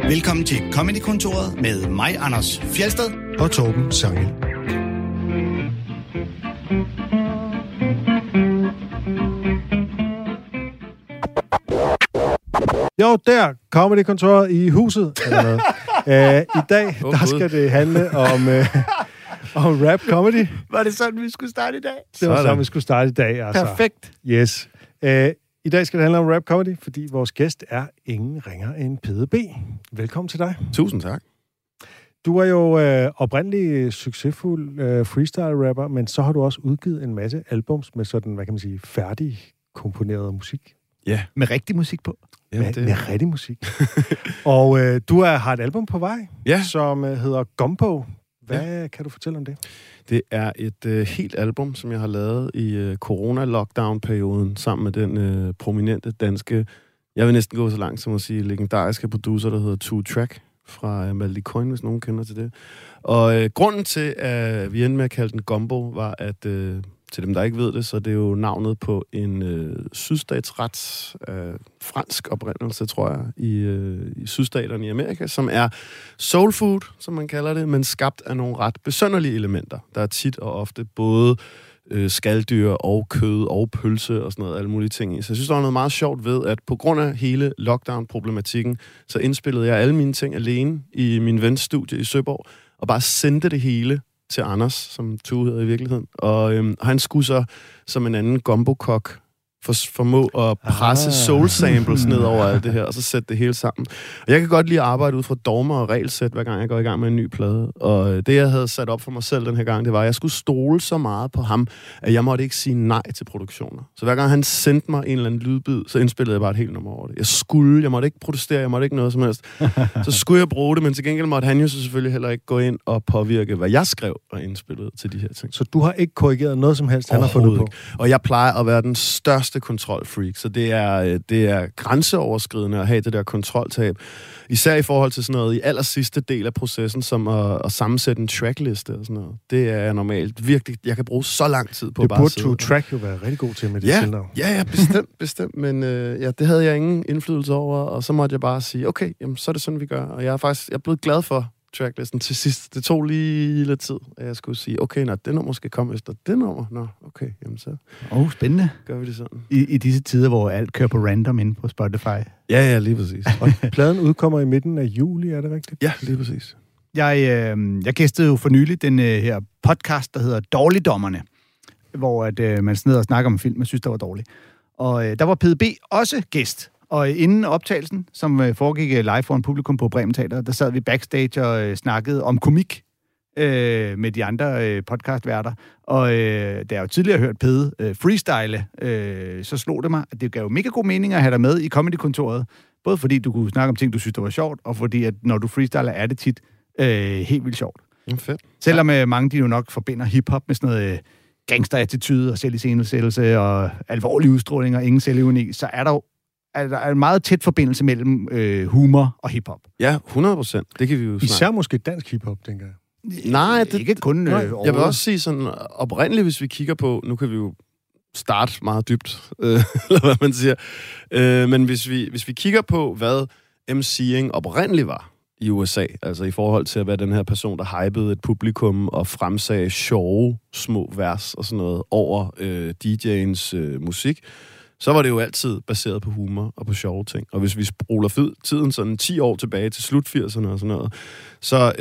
Velkommen til Comedy-kontoret med mig, Anders Fjeldsted og Torben Sangel. Jo, der, Comedy-kontoret i huset. I dag, der skal det handle om rap comedy. Var det sådan, vi skulle starte i dag? Det var sådan, vi skulle starte i dag. Altså. Perfekt. Yes. I dag skal det handle om rap comedy, fordi vores gæst er ingen ringer end Pede B. Velkommen til dig. Tusind tak. Du er jo oprindelig succesfuld freestyle-rapper, men så har du også udgivet en masse albums med sådan, hvad kan man sige, færdig komponeret musik. Ja. Med rigtig musik på. Med rigtig musik. Og du har et album på vej, som hedder Gumbo. Hvad kan du fortælle om det? Det er et helt album, som jeg har lavet i corona-lockdown-perioden, sammen med den prominente danske, jeg vil næsten gå så langt som at sige, legendariske producer, der hedder Two Track fra Maldi Coin, hvis nogen kender til det. Og grunden til, at vi endte med at kalde den Gumbo, var, at til dem, der ikke ved det, så det er jo navnet på en sydstatsret, fransk oprindelse, tror jeg, i sydstaterne i Amerika, som er soul food, som man kalder det, men skabt af nogle ret besynderlige elementer. Der er tit og ofte både skalddyr og kød og pølse og sådan noget, alle mulige ting i. Så jeg synes, der var noget meget sjovt ved, at på grund af hele lockdown-problematikken, så indspillede jeg alle mine ting alene i min vens studie i Søborg, og bare sendte det hele til Anders, som Tue hedder i virkeligheden. Og han skulle så, som en anden gumbo-kok, formå at presse soul-samples ned over alt det her, og så sætte det hele sammen. Og jeg kan godt lide at arbejde ud fra dogmer og regelsæt, hver gang jeg går i gang med en ny plade. Og det, jeg havde sat op for mig selv den her gang, det var, at jeg skulle stole så meget på ham, at jeg måtte ikke sige nej til produktioner. Så hver gang han sendte mig en eller anden lydbid, så indspillede jeg bare et helt nummer over det. Jeg måtte ikke protestere, jeg måtte ikke noget som helst. Så skulle jeg bruge det, men til gengæld måtte han jo så selvfølgelig heller ikke gå ind og påvirke, hvad jeg skrev og indspillede til de her ting. Så du har ikke korrigeret noget som helst, han har fundet på? Og jeg plejer at være den største kontrolfreak, så det er grænseoverskridende at have det der kontroltab. Især i forhold til sådan noget i allersidste del af processen, som at sammensætte en trackliste og sådan noget. Det er normalt virkelig, jeg kan bruge så lang tid på det bare at sidde. Det burde Track jo være rigtig god til med det tilnavn. Ja, bestemt. Men det havde jeg ingen indflydelse over, og så måtte jeg bare sige, okay, jamen, så er det sådan, vi gør. Og jeg er blevet glad for tracklisten til sidst. Det tog lige lidt tid, at jeg skulle sige, okay, når det nummer skal komme efter det nummer, okay, jamen så spændende. Gør vi det sådan. I disse tider, hvor alt kører på random inde på Spotify. Ja, lige præcis. Og pladen udkommer i midten af juli, er det rigtigt? Ja, lige præcis. Jeg gæstede jo for nylig den her podcast, der hedder Dårligdommerne, hvor at, man sidder og snakker om en film, man synes, der var dårlig. Og der var Pede B også gæst. Og inden optagelsen, som foregik live foran publikum på Bremen Teater, der sad vi backstage og snakkede om komik med de andre podcastværter. Og da jeg jo tidligere hørt Pede freestyle, så slog det mig, at det gav jo mega god mening at have dig med i Comedy-kontoret. Både fordi du kunne snakke om ting, du synes, der var sjovt, og fordi at når du freestyler, er det tit helt vildt sjovt. Fedt. Selvom mange de jo nok forbinder hiphop med sådan noget gangster-attitude og selviscenesættelse og alvorlige udstrålinger, ingen selvironi, så er der jo en meget tæt forbindelse mellem humor og hiphop. Ja, 100%. Det kan vi jo snakke. Især måske dansk hiphop, tænker jeg. Nej, det ikke kun jeg vil også sige sådan, oprindeligt, hvis vi kigger på, nu kan vi jo starte meget dybt, eller hvad man siger, men hvis vi kigger på, hvad MC'ing oprindeligt var i USA, altså i forhold til at være den her person, der hypede et publikum og fremsagde sjove, små vers og sådan noget over DJ'ens musik, så var det jo altid baseret på humor og på sjove ting. Og hvis vi spoler tiden sådan 10 år tilbage til slut 80'erne og sådan noget, så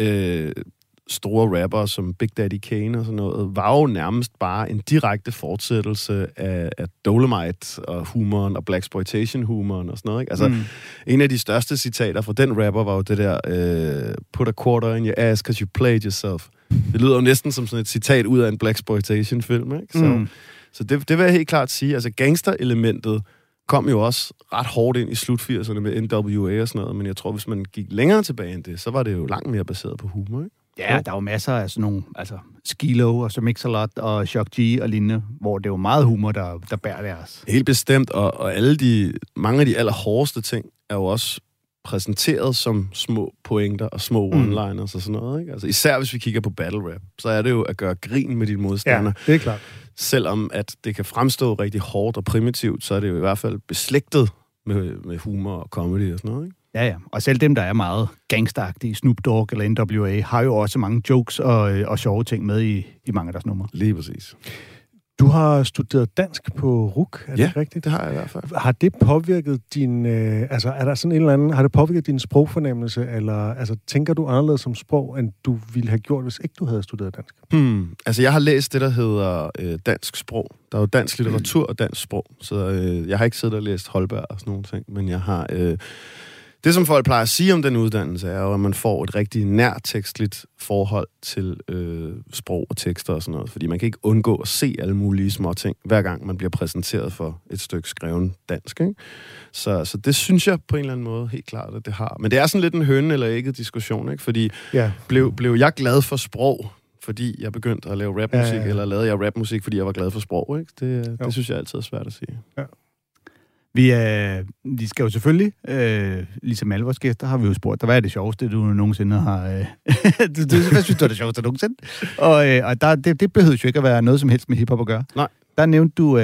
store rappere som Big Daddy Kane og sådan noget, var jo nærmest bare en direkte fortsættelse af Dolomite og humoren og Blaxploitation-humoren og sådan noget, ikke? Altså, en af de største citater fra den rapper var jo det der, put a quarter in your ass, 'cause you played yourself. Det lyder jo næsten som sådan et citat ud af en Blaxploitation-film, ikke? Så det vil jeg helt klart sige. Altså, gangster-elementet kom jo også ret hårdt ind i slut 80'erne med NWA og sådan noget, men jeg tror, hvis man gik længere tilbage end det, så var det jo langt mere baseret på humor, ikke? Ja, der er jo masser af sådan nogle, altså Skilo og så Mix-a-Lot og Shock G og lignende, hvor det er jo meget humor, der bærer deres. Helt bestemt, og mange af de allerhårdeste ting er jo også præsenteret som små pointer og små one-liners og sådan noget, ikke? Altså, især hvis vi kigger på battle rap, så er det jo at gøre grin med dine modstandere. Ja, det er klart. Selvom at det kan fremstå rigtig hårdt og primitivt, så er det jo i hvert fald beslægtet med humor og comedy og sådan noget, ikke? Ja. Og selv dem, der er meget gangsteragtige, Snoop Dogg eller NWA, har jo også mange jokes og sjove ting med i mange af deres numre. Lige præcis. Du har studeret dansk på RUC, er det rigtigt? Det har jeg i hvert fald. Har det påvirket din... er der sådan en eller anden... Har det påvirket din sprogfornemmelse, eller tænker du anderledes som sprog, end du ville have gjort, hvis ikke du havde studeret dansk? Altså, jeg har læst det, der hedder dansk sprog. Der er jo dansk litteratur og dansk sprog, så jeg har ikke siddet og læst Holberg og sådan nogle ting, men jeg har... Det, som folk plejer at sige om den uddannelse, er jo, at man får et rigtig nærtekstligt forhold til sprog og tekster og sådan noget. Fordi man kan ikke undgå at se alle mulige små ting, hver gang man bliver præsenteret for et stykke skreven dansk. Ikke? Så det synes jeg på en eller anden måde helt klart, at det har. Men det er sådan lidt en høne eller ikke diskussion, ikke? Fordi blev jeg glad for sprog, fordi jeg begyndte at lave rapmusik, eller lavede jeg rapmusik, fordi jeg var glad for sprog? Ikke? Det synes jeg altid er svært at sige. Ja. Vi skal jo selvfølgelig, ligesom alle vores gæster, har vi jo spurgt dig, hvad er det sjoveste, du nogensinde har... Hvad synes du er det sjoveste nogensinde? Og det behøver jo ikke at være noget som helst med hiphop at gøre. Nej. Der nævnte du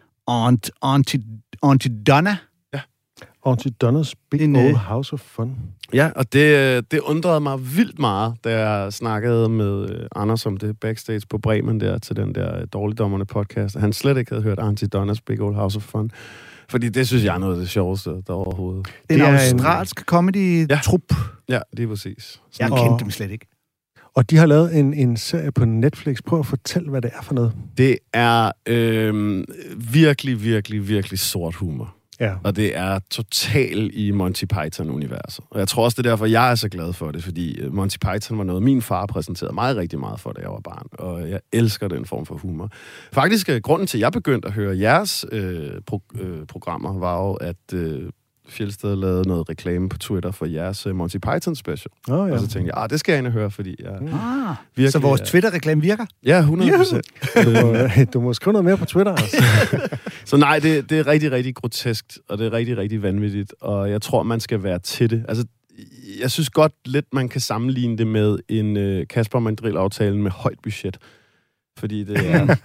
Auntie Donna. Ja. Auntie Donnas Big Old House of Fun. Ja, og det undrede mig vildt meget, da jeg snakkede med Anders om det backstage på Bremen der, til den der Dårligdommerne podcast. Han slet ikke havde hørt Auntie Donnas Big Old House of Fun. Fordi det synes jeg er noget af det sjoveste, der overhovedet. Det er en australsk comedy-trup. Ja, det er præcis. Jeg kendte dem slet ikke. Og de har lavet en serie på Netflix. Prøv at fortælle, hvad det er for noget. Det er virkelig, virkelig, virkelig sort humor. Ja. Og det er totalt i Monty Python-universet. Og jeg tror også, det er derfor, jeg er så glad for det, fordi Monty Python var noget, min far præsenterede mig rigtig meget for, da jeg var barn. Og jeg elsker den form for humor. Faktisk, grunden til, at jeg begyndte at høre jeres programmer, var jo, at Fjeldsted lavede noget reklame på Twitter for jeres Monty Python special. Og så tænkte jeg, det skal jeg ind og høre, fordi jeg virkelig... Så vores Twitter-reklame virker? Ja, 100%. Du må skrive noget mere på Twitter, altså. Så nej, det er rigtig, rigtig groteskt, og det er rigtig, rigtig vanvittigt, og jeg tror, man skal være til det. Altså, jeg synes godt lidt, man kan sammenligne det med en Kasper Mandrill-aftale med højt budget. Fordi det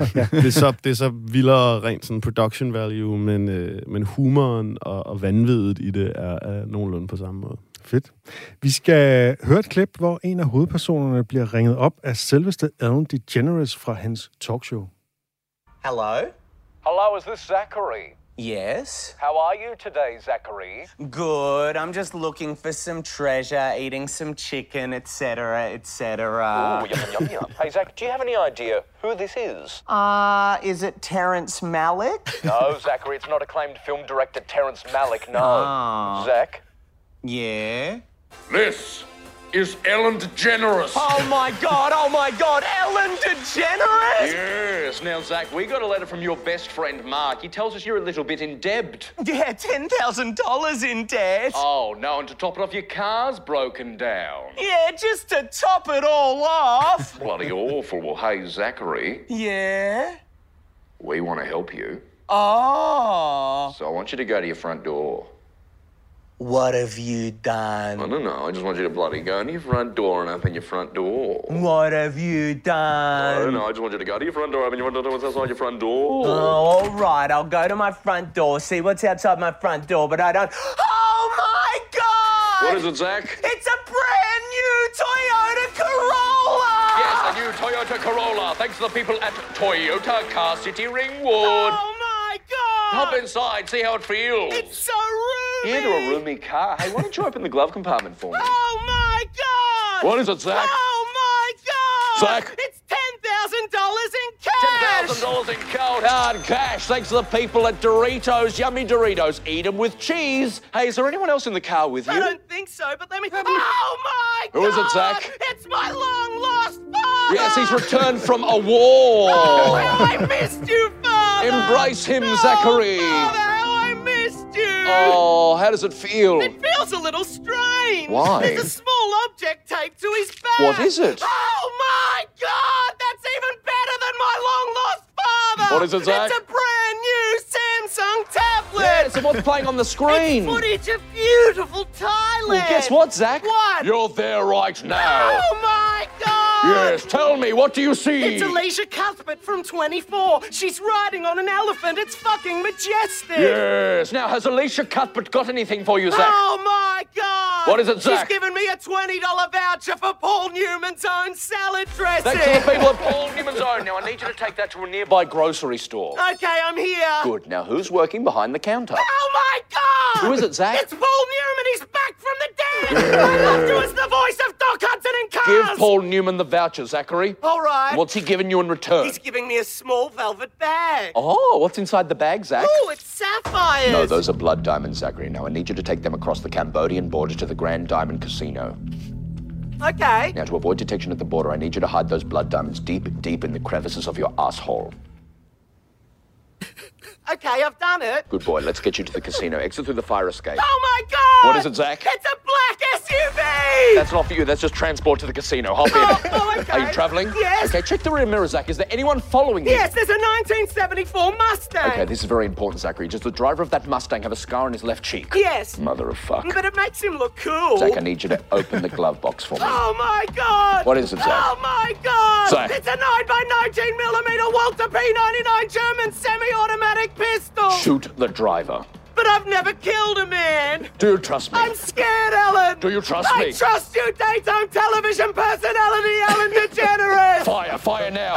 er så vildere rent sådan production value, men humoren og vanviddet i det er nogenlunde på samme måde. Fedt. Vi skal høre et klip, hvor en af hovedpersonerne bliver ringet op af selveste Ellen DeGeneres fra hans talkshow. Hello? Hello, is this Zachary? Yes? How are you today, Zachary? Good. I'm just looking for some treasure, eating some chicken, etc., etc. Oh, yum, yum. Hey, Zach, do you have any idea who this is? Is it Terrence Malick? No, Zachary, it's not acclaimed film director Terrence Malick, no. Oh. Zach? Yeah? This is Ellen DeGeneres. Oh my God, Ellen DeGeneres? Yes. Now, Zach, we got a letter from your best friend, Mark. He tells us you're a little bit in debt. Yeah, $10,000 in debt. Oh, no, and to top it off, your car's broken down. Yeah, just to top it all off. Bloody awful. Well, hey, Zachary. Yeah? We want to help you. Oh. So I want you to go to your front door. What have you done? I don't know. I just want you to bloody go to your front door and open your front door. What have you done? I don't know. I just want you to go to your front door, open your front door, what's outside your front door. Oh, all right. I'll go to my front door, see what's outside my front door, but I don't... Oh, my God! What is it, Zach? It's a brand new Toyota Corolla! Yes, a new Toyota Corolla. Thanks to the people at Toyota Car City Ringwood. Oh, my God! Hop inside, see how it feels. It's so roomy! Yeah, they're a roomy car. Hey, why don't you open the glove compartment for me? Oh, my God! What is it, Zach? Oh, my God! Zach? It's $10,000 in cash! $10,000 in cold hard cash. Thanks to the people at Doritos. Yummy Doritos. Eat them with cheese. Hey, is there anyone else in the car with you? I don't think so, but let me... Oh, my God! Who is it, Zach? It's my long-lost father! Yes, he's returned from a war. Oh, how I missed you, Father! Embrace him, Zachary. Father, how I missed you! Oh, how does it feel? It feels a little strange. Why? There's a small object taped to his back. What is it? Oh, my God! That's even better than my long-lost father! What is it, Zach? It's a brand new Samsung tablet! Yes, and what's playing on the screen? It's footage of beautiful Thailand! Well, guess what, Zach? What? You're there right now. Oh, my God! Yes, tell me, what do you see? It's Alicia Cuthbert from 24. She's riding on an elephant. It's fucking majestic. Yes. Now, has Alicia Cuthbert got anything for you, Zach? Oh, my God! What is it, Zach? She's given me a $20 voucher for Paul Newman's own salad dressing. Thanks to the people at Paul Newman's Own. Now, I need you to take that to a nearby grocery store. Okay, I'm here. Good. Now, who's working behind the counter? Oh my God! Who is it, Zach? It's Paul Newman. He's back from the dead. I loved you as the voice of Doc Hudson in Cars. Give Paul Newman the voucher, Zachary. All right. What's he giving you in return? He's giving me a small velvet bag. Oh, what's inside the bag, Zach? Oh, it's sapphires. No, those are blood diamonds, Zachary. Now, I need you to take them across the Cambodian border to the Grand Diamond Casino. Okay. Now, to avoid detection at the border, I need you to hide those blood diamonds deep, deep in the crevices of your asshole. Okay, I've done it. Good boy. Let's get you to the casino. Exit through the fire escape. Oh my God! What is it, Zach? It's a black SUV! That's not for you. That's just transport to the casino. Hop in. Oh, okay. Are you traveling? Yes. Okay, check the rear mirror, Zach. Is there anyone following you? Yes, there's a 1974 Mustang. Okay, this is very important, Zachary. Does the driver of that Mustang have a scar on his left cheek? Yes. Mother of fuck. But it makes him look cool. Zach, I need you to open the glove box for me. Oh my God! What is it, Zach? Oh my God! Zach. It's a 9x19mm Walter P99 German semi-automatic pistol. Shoot the driver. But I've never killed a man. Do you trust me? I'm scared, Ellen. Do you trust me? I trust you, daytime television personality, Ellen DeGeneres. Fire! Fire now!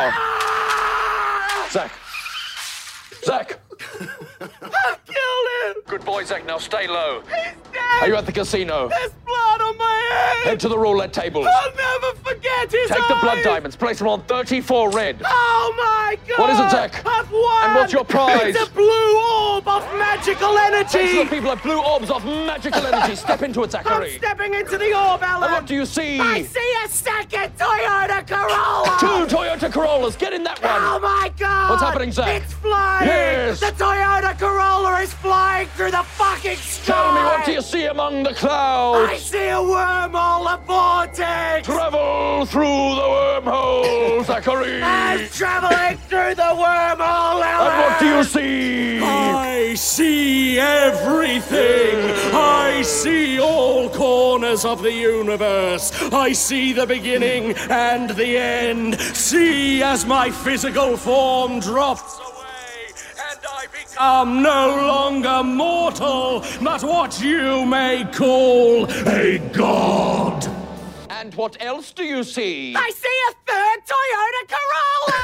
Zach! Zach! I've killed him. Good boy, Zach. Now stay low. He's dead. Are you at the casino? There's blood on my head. Head to the roulette tables. I'll never forget his Take the blood eyes. diamonds. Place them on 34 red. Oh my God! What is it, Zach? I've won! And what's your prize? It's a blue orb of magical Thanks to energy! the people at Blue Orbs of Magical Energy. Step into it, I'm Zachary. stepping into the orb, Alan! And what do you see? I see a second Toyota Corolla! 2 Toyota Corollas. Get in that one. Oh my God! What's happening, Zach? It's flying! Yes. The Toyota Corolla is flying through the fucking sky! Tell me, what do you see among the clouds? I see a wormhole, a vortex! Travel through the wormhole, Zachary. I'm traveling through the wormhole, Alan! And what do you see? I see everything. I see all corners of the universe. I see the beginning and the end. See as my physical form drops away and I become no longer mortal, but what you may call a god. And what else do you see? I see a third Toyota Corolla!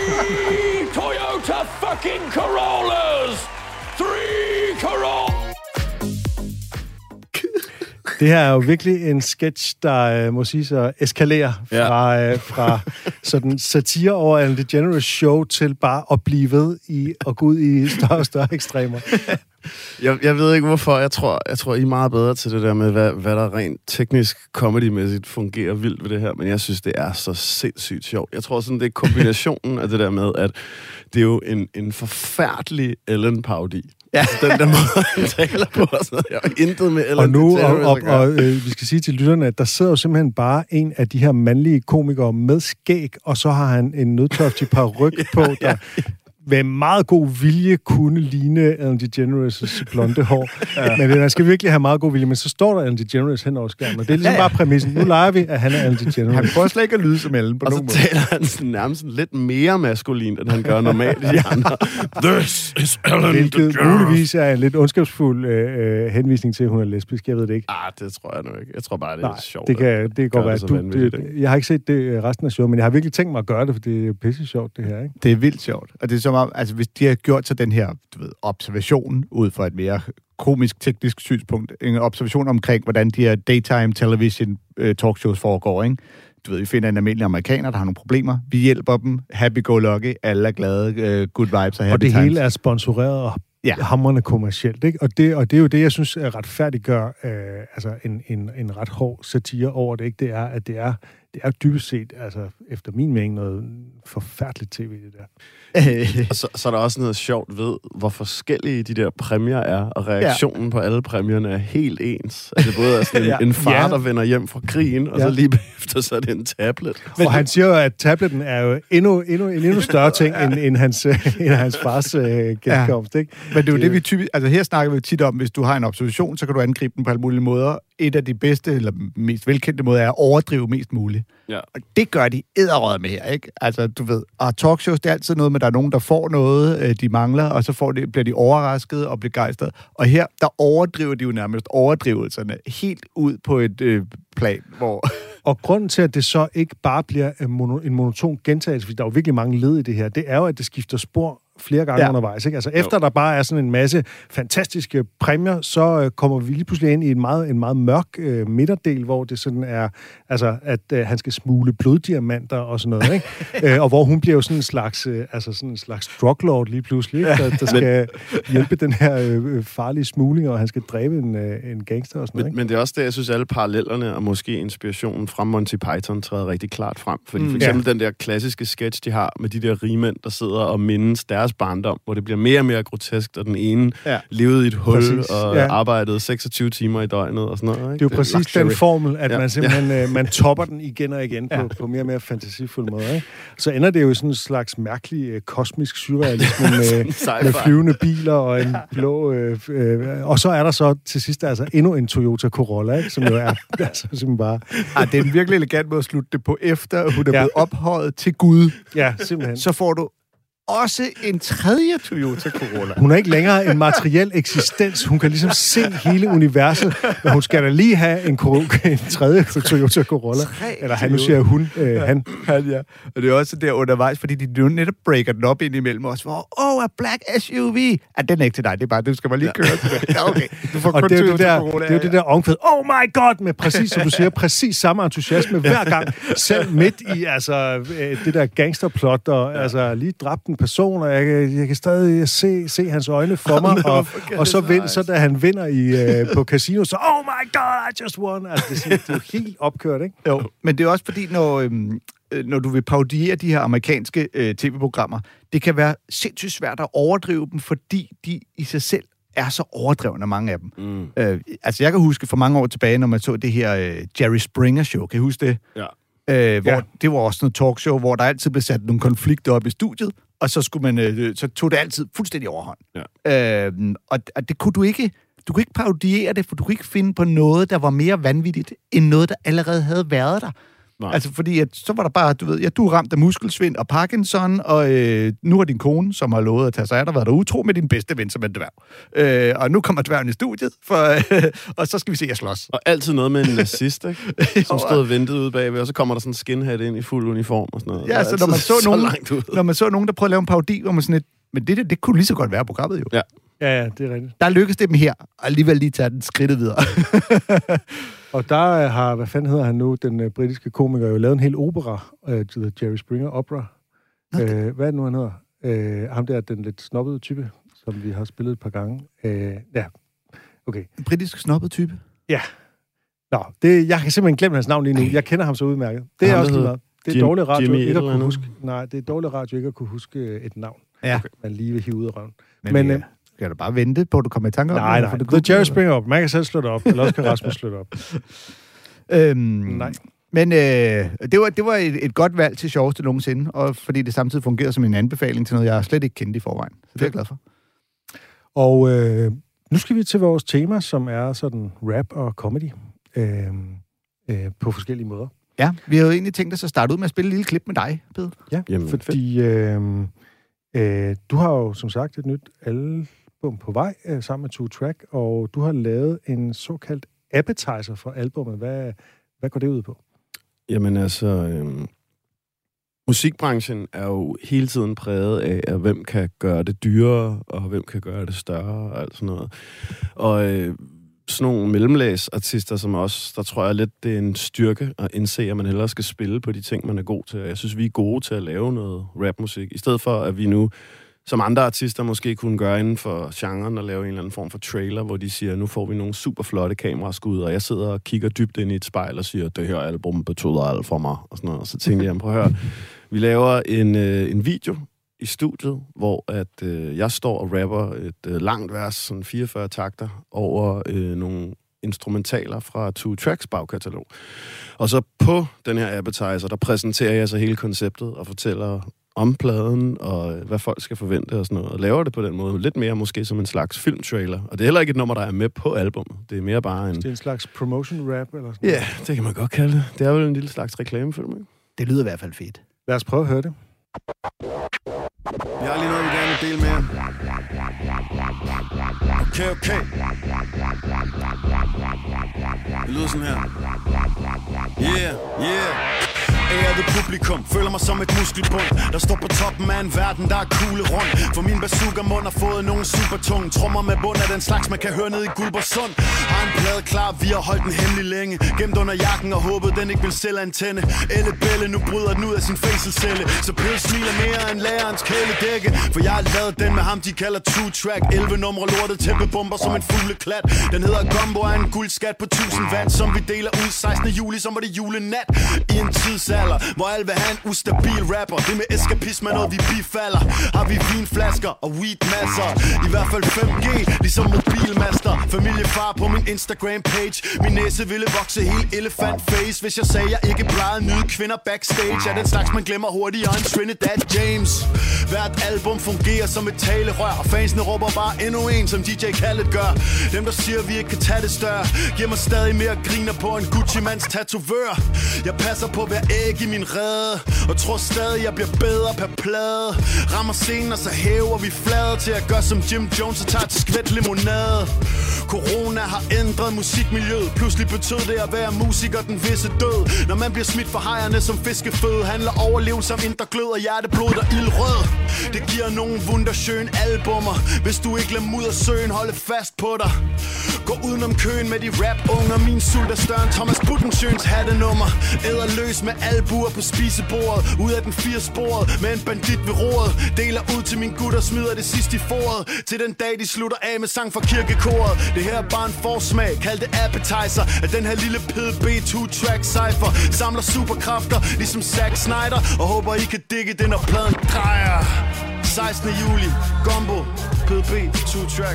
3 Toyota fucking Corollas! 3 Corollas! Det her er jo virkelig en sketch, der må sige så eskalerer fra sådan satire over Ellen DeGeneres show til bare at blive ved i og gå ud i større og større ekstremer. Jeg ved ikke hvorfor. Jeg tror, I er meget bedre til det der med, hvad der rent teknisk comedy-mæssigt fungerer vildt ved det her, men jeg synes, det er så sindssygt sjovt. Jeg tror sådan, det er kombinationen af det der med, at det er jo en forfærdelig Ellen-parodi. Ja. Den der måde, han taler på og sådan noget. Jeg har intet med Ellen DeGeneres. Og vi skal sige til lytterne, at der sidder jo simpelthen bare en af de her mandlige komikere med skæg, og så har han en nødtørftig paryk på, der med meget god vilje kunne ligne Ellen DeGeneres' blonde hår. Ja. Men man skal virkelig have meget god vilje, men så står der Ellen DeGeneres hen over skærmen, og det er ligesom bare præmissen. Nu leger vi, at han er Ellen DeGeneres. Han prøver slet ikke at lyde som Ellen på nogen måde. Og så taler han sådan, nærmest lidt mere maskulin, end han gør normalt i de andre. This is Ellen Hvilket muligvis er en lidt ondskabsfuld henvisning til, at hun er lesbisk. Jeg ved det ikke. Det tror jeg nu ikke. Jeg tror bare, det er sjovt. Det kan godt være. Jeg har ikke set det resten af showet, men jeg har virkelig tænkt mig at gøre det, for det er pisse sjovt, det her. Ikke? Det er vildt sjovt. Og det er som om, altså hvis de har gjort så den her, observation ud fra et mere komisk, teknisk synspunkt, en observation omkring, hvordan de her daytime television talkshows foregår, ikke? Du ved, vi finder en almindelig amerikaner, der har nogle problemer. Vi hjælper dem. Happy-go-lucky. Alle er glade. Good vibes og happy Og det times. hele er sponsoreret og hamrende kommercielt, ikke? Og det er jo det, jeg synes retfærdiggør altså en ret hård satire over det, ikke? Det er, at det er dybest set, altså efter min mening, noget forfærdeligt tv, det der. Og så er der også noget sjovt ved, hvor forskellige de der præmier er, og reaktionen på alle præmierne er helt ens. Altså både er sådan en far, der vender hjem fra krigen, og så lige bagefter, så er det en tablet. Og han siger jo, at tabletten er jo endnu større ting, end hans fars genkomst, ikke? Men det er jo det, vi typisk... Altså her snakker vi tit om, hvis du har en observation, så kan du angribe den på alle mulige måder. et af de bedste, eller mest velkendte måder, er at overdrive mest muligt. Ja. Og det gør de edderrød med her, ikke? Altså, du ved, og talkshows, det er altid noget med, at der er nogen, der får noget, de mangler, og så bliver de overrasket og begejstret. Og her, der overdriver de jo nærmest overdrivelserne helt ud på et plan, hvor... Og grunden til, at det så ikke bare bliver en monoton gentagelse, fordi der er jo virkelig mange led i det her, det er jo, at det skifter spor flere gange undervejs. Ikke? Altså efter der bare er sådan en masse fantastiske præmier, så kommer vi lige pludselig ind i en meget mørk midterdel, hvor det sådan er, altså at han skal smule bloddiamanter og sådan noget, ikke? Og hvor hun bliver jo sådan en slags druglord lige pludselig, ikke? Der skal hjælpe den her farlige smugling, og han skal dræbe en gangster og sådan noget. Men det er også det, jeg synes, alle parallellerne og måske inspirationen fra Monty Python træder rigtig klart frem. Fordi for eksempel den der klassiske sketch, de har med de der rigmænd, der sidder og mindes deres barndom, hvor det bliver mere og mere grotesk, og den ene levede i et hul og arbejdede 26 timer i døgnet og sådan noget. Ikke? Det er jo præcis den formel, at man simpelthen man topper den igen og igen på mere og mere fantasifuld måde. Ikke? Så ender det jo i sådan en slags mærkelig kosmisk surrealisme med flyvende biler og en blå... og så er der så til sidst altså endnu en Toyota Corolla, ikke? Som jo er altså, simpelthen bare... det er en virkelig elegant måde at slutte det på, efter hun er blevet ophøjet til Gud. Ja, simpelthen. Så får du også en tredje Toyota Corolla. Hun er ikke længere en materiel eksistens. Hun kan ligesom se hele universet, men hun skal da lige have en tredje Toyota Corolla. Eller nu siger hun, han. Ja. Og det er også der undervejs, fordi de netop breaker den op ind imellem os, hvor, a black SUV. Den er ikke til dig, det er bare, du skal bare lige køre til det. Ja, okay. Du får kun Toyota Corolla. Det er jo det der omkvæd, oh my god, med præcis, som du siger, præcis samme entusiasme hver gang. Selv midt i det der gangsterplot, og lige dræbt en person, og jeg kan stadig se hans øjne for mig, og så da han vinder på casino, så oh my god, I just won. Altså, det er jo helt opkørt, ikke? Jo, men det er også fordi, når du vil parodiere de her amerikanske tv-programmer, det kan være sindssygt svært at overdrive dem, fordi de i sig selv er så overdrevne, mange af dem. Altså, jeg kan huske for mange år tilbage, når man så det her Jerry Springer Show, kan I huske det? Ja. Det var også noget talkshow, hvor der altid blev sat nogle konflikter op i studiet, og så skulle man, så tog det altid fuldstændig overhånd. Ja. Og det kunne du kunne ikke parodiere det, for du kunne ikke finde på noget, der var mere vanvittigt, end noget, der allerede havde været der. Nej. Altså, fordi så var der bare, du er ramt af muskelsvind og Parkinson, og nu har din kone, som har lovet at tage sig af dig, været der utro med din bedste ven, som er dværg. Og nu kommer dværgen i studiet, og så skal vi se jer slås. Og altid noget med en nazist, ikke? Som stod og ventede ude bagved, og så kommer der sådan en skinhead ind i fuld uniform og sådan noget. Ja, så når man så nogen, der prøver at lave en parodi, hvor man sådan men det kunne lige så godt være programmet jo. Ja. Ja, det er rigtigt. Der lykkes det dem her, og alligevel lige tage den skridtet videre. Og der har, hvad fanden hedder han nu, den britiske komiker, jo lavet en hel opera, Jerry Springer Opera. Hvad er det nu, han hedder? Ham der, den lidt snobbede type, som vi har spillet et par gange. Ja, okay. En britisk snobbet type? Ja. Nå, jeg kan simpelthen glemme hans navn lige nu. Jeg kender ham så udmærket. Det er også lige meget. Det er dårlig radio ikke at kunne huske. Nej, det er dårlig radio ikke at kunne huske et navn. Ja. Man lige vil hive ud af røven. Men skal du bare vente på, at du kommer i tanker om det? Nej. The Jerry Springer op. Man kan selv slå det op, eller også kan Rasmus slå det op. Nej. Men det var et godt valg til sjoveste nogensinde, og fordi det samtidig fungerer som en anbefaling til noget, jeg slet ikke kendte i forvejen. Så det er jeg glad for. Og nu skal vi til vores tema, som er sådan rap og comedy på forskellige måder. Ja, vi har jo egentlig tænkt os at starte ud med at spille et lille klip med dig, Peder. Ja, fordi du har jo som sagt et nyt album på vej sammen med 2 Track, og du har lavet en såkaldt appetizer for albumet. Hvad går det ud på? Jamen altså, musikbranchen er jo hele tiden præget af, at hvem kan gøre det dyrere, og hvem kan gøre det større, og alt sådan noget. Og sådan nogle mellemlagsartister som os, der tror jeg lidt, det er en styrke at indse, at man hellere skal spille på de ting, man er god til. Jeg synes, vi er gode til at lave noget rapmusik, i stedet for, at vi nu, som andre artister måske kunne gøre inden for genren, og lave en eller anden form for trailer, hvor de siger, nu får vi nogle super flotte kameraskud, og jeg sidder og kigger dybt ind i et spejl og siger, det her album betyder alt for mig, og sådan noget. Og så tænkte jeg, prøv at høre, vi laver en video i studiet, hvor at jeg står og rapper et langt vers, sådan 44 takter, over nogle instrumentaler fra 2 Tracks bagkatalog. Og så på den her appetizer, der præsenterer jeg så hele konceptet og fortæller om pladen, og hvad folk skal forvente og sådan noget, og laver det på den måde. Lidt mere måske som en slags filmtrailer. Og det er heller ikke et nummer, der er med på albummet. Det er mere bare en... Det er en slags promotion-rap, eller sådan Ja, det kan man godt kalde det. Det er vel en lille slags reklamefilm, ikke? Det lyder i hvert fald fedt. Lad os prøve at høre det. Jeg har lige noget, vi gerne vil dele med jer. Okay. Det lyder sådan her. Yeah. Ærede publikum, føler mig som et muskelbund, der står på toppen af en verden, der er kugle rundt. For min bazooka-mund har fået nogle supertunge trommer med bund af den slags, man kan høre ned i Guldborgsund. Har en plade klar, vi har holdt den hemmelig længe, gemt under jakken og håbet, den ikke vil selv antænde. Elle Belle, nu bryder den ud af sin fængselscelle, så Pille smiler mere end lærerens kæledække. For jeg har lavet den med ham, de kalder 2-track. 11 numre lortet tæppebomber som en fugleklat. Den hedder Gombo, er en guldskat på 1000 watt, som vi deler ud 16. juli, som var det julenat. I en tidsalder, hvor alle vil have en ustabil rapper. Det med eskapisme er noget, vi bifalder. Har vi vinflasker og weedmasser, i hvert fald 5G, ligesom med bilmaster. Familiefar på min Instagram-page. Min næse ville vokse helt elefant-face, hvis jeg sagde, jeg ikke plejede at nyde kvinder backstage. Er den slags, man glemmer hurtigere end Trinidad James. Hvert album fungerer som et talerør, og fansene råber bare endnu en, som DJ Khaled gør. Dem, der siger, vi ikke kan tage det større, giver mig stadig mere griner på en Gucci-mands tatovør. Jeg passer på hver æg i min rede, og tror stadig, jeg bliver bedre per plade. Rammer scenen, og så hæver vi fladet til at gøre som Jim Jones og tager til skvæt limonade. Corona har ændret musikmiljøet. Pludselig betød det at være musiker den visse død. Når man bliver smidt for hejerne som fiskeføde, handler overlevelse om indre glød og hjerteblod og ildrød. Det giver nogle wunderschön albummer. Hvis du ikke lader muddersøen holde fast på dig, gå udenom køen med de rap-unger. Min sult er større end Thomas Buddenschøns hattenummer. Æder løs med albuer på spisebordet, ud af den 4-sporet med en bandit ved roret. Deler ud til min gutter, smider det sidste i foret, til den dag de slutter af med sang fra kirkekoret. Det her er bare en forsmag, kald det appetizer, af den her lille PDB 2-track cypher. Samler superkræfter ligesom Zack Snyder, og håber I kan digge det, når pladen drejer. 16. juli, Gombo, PDB 2-track.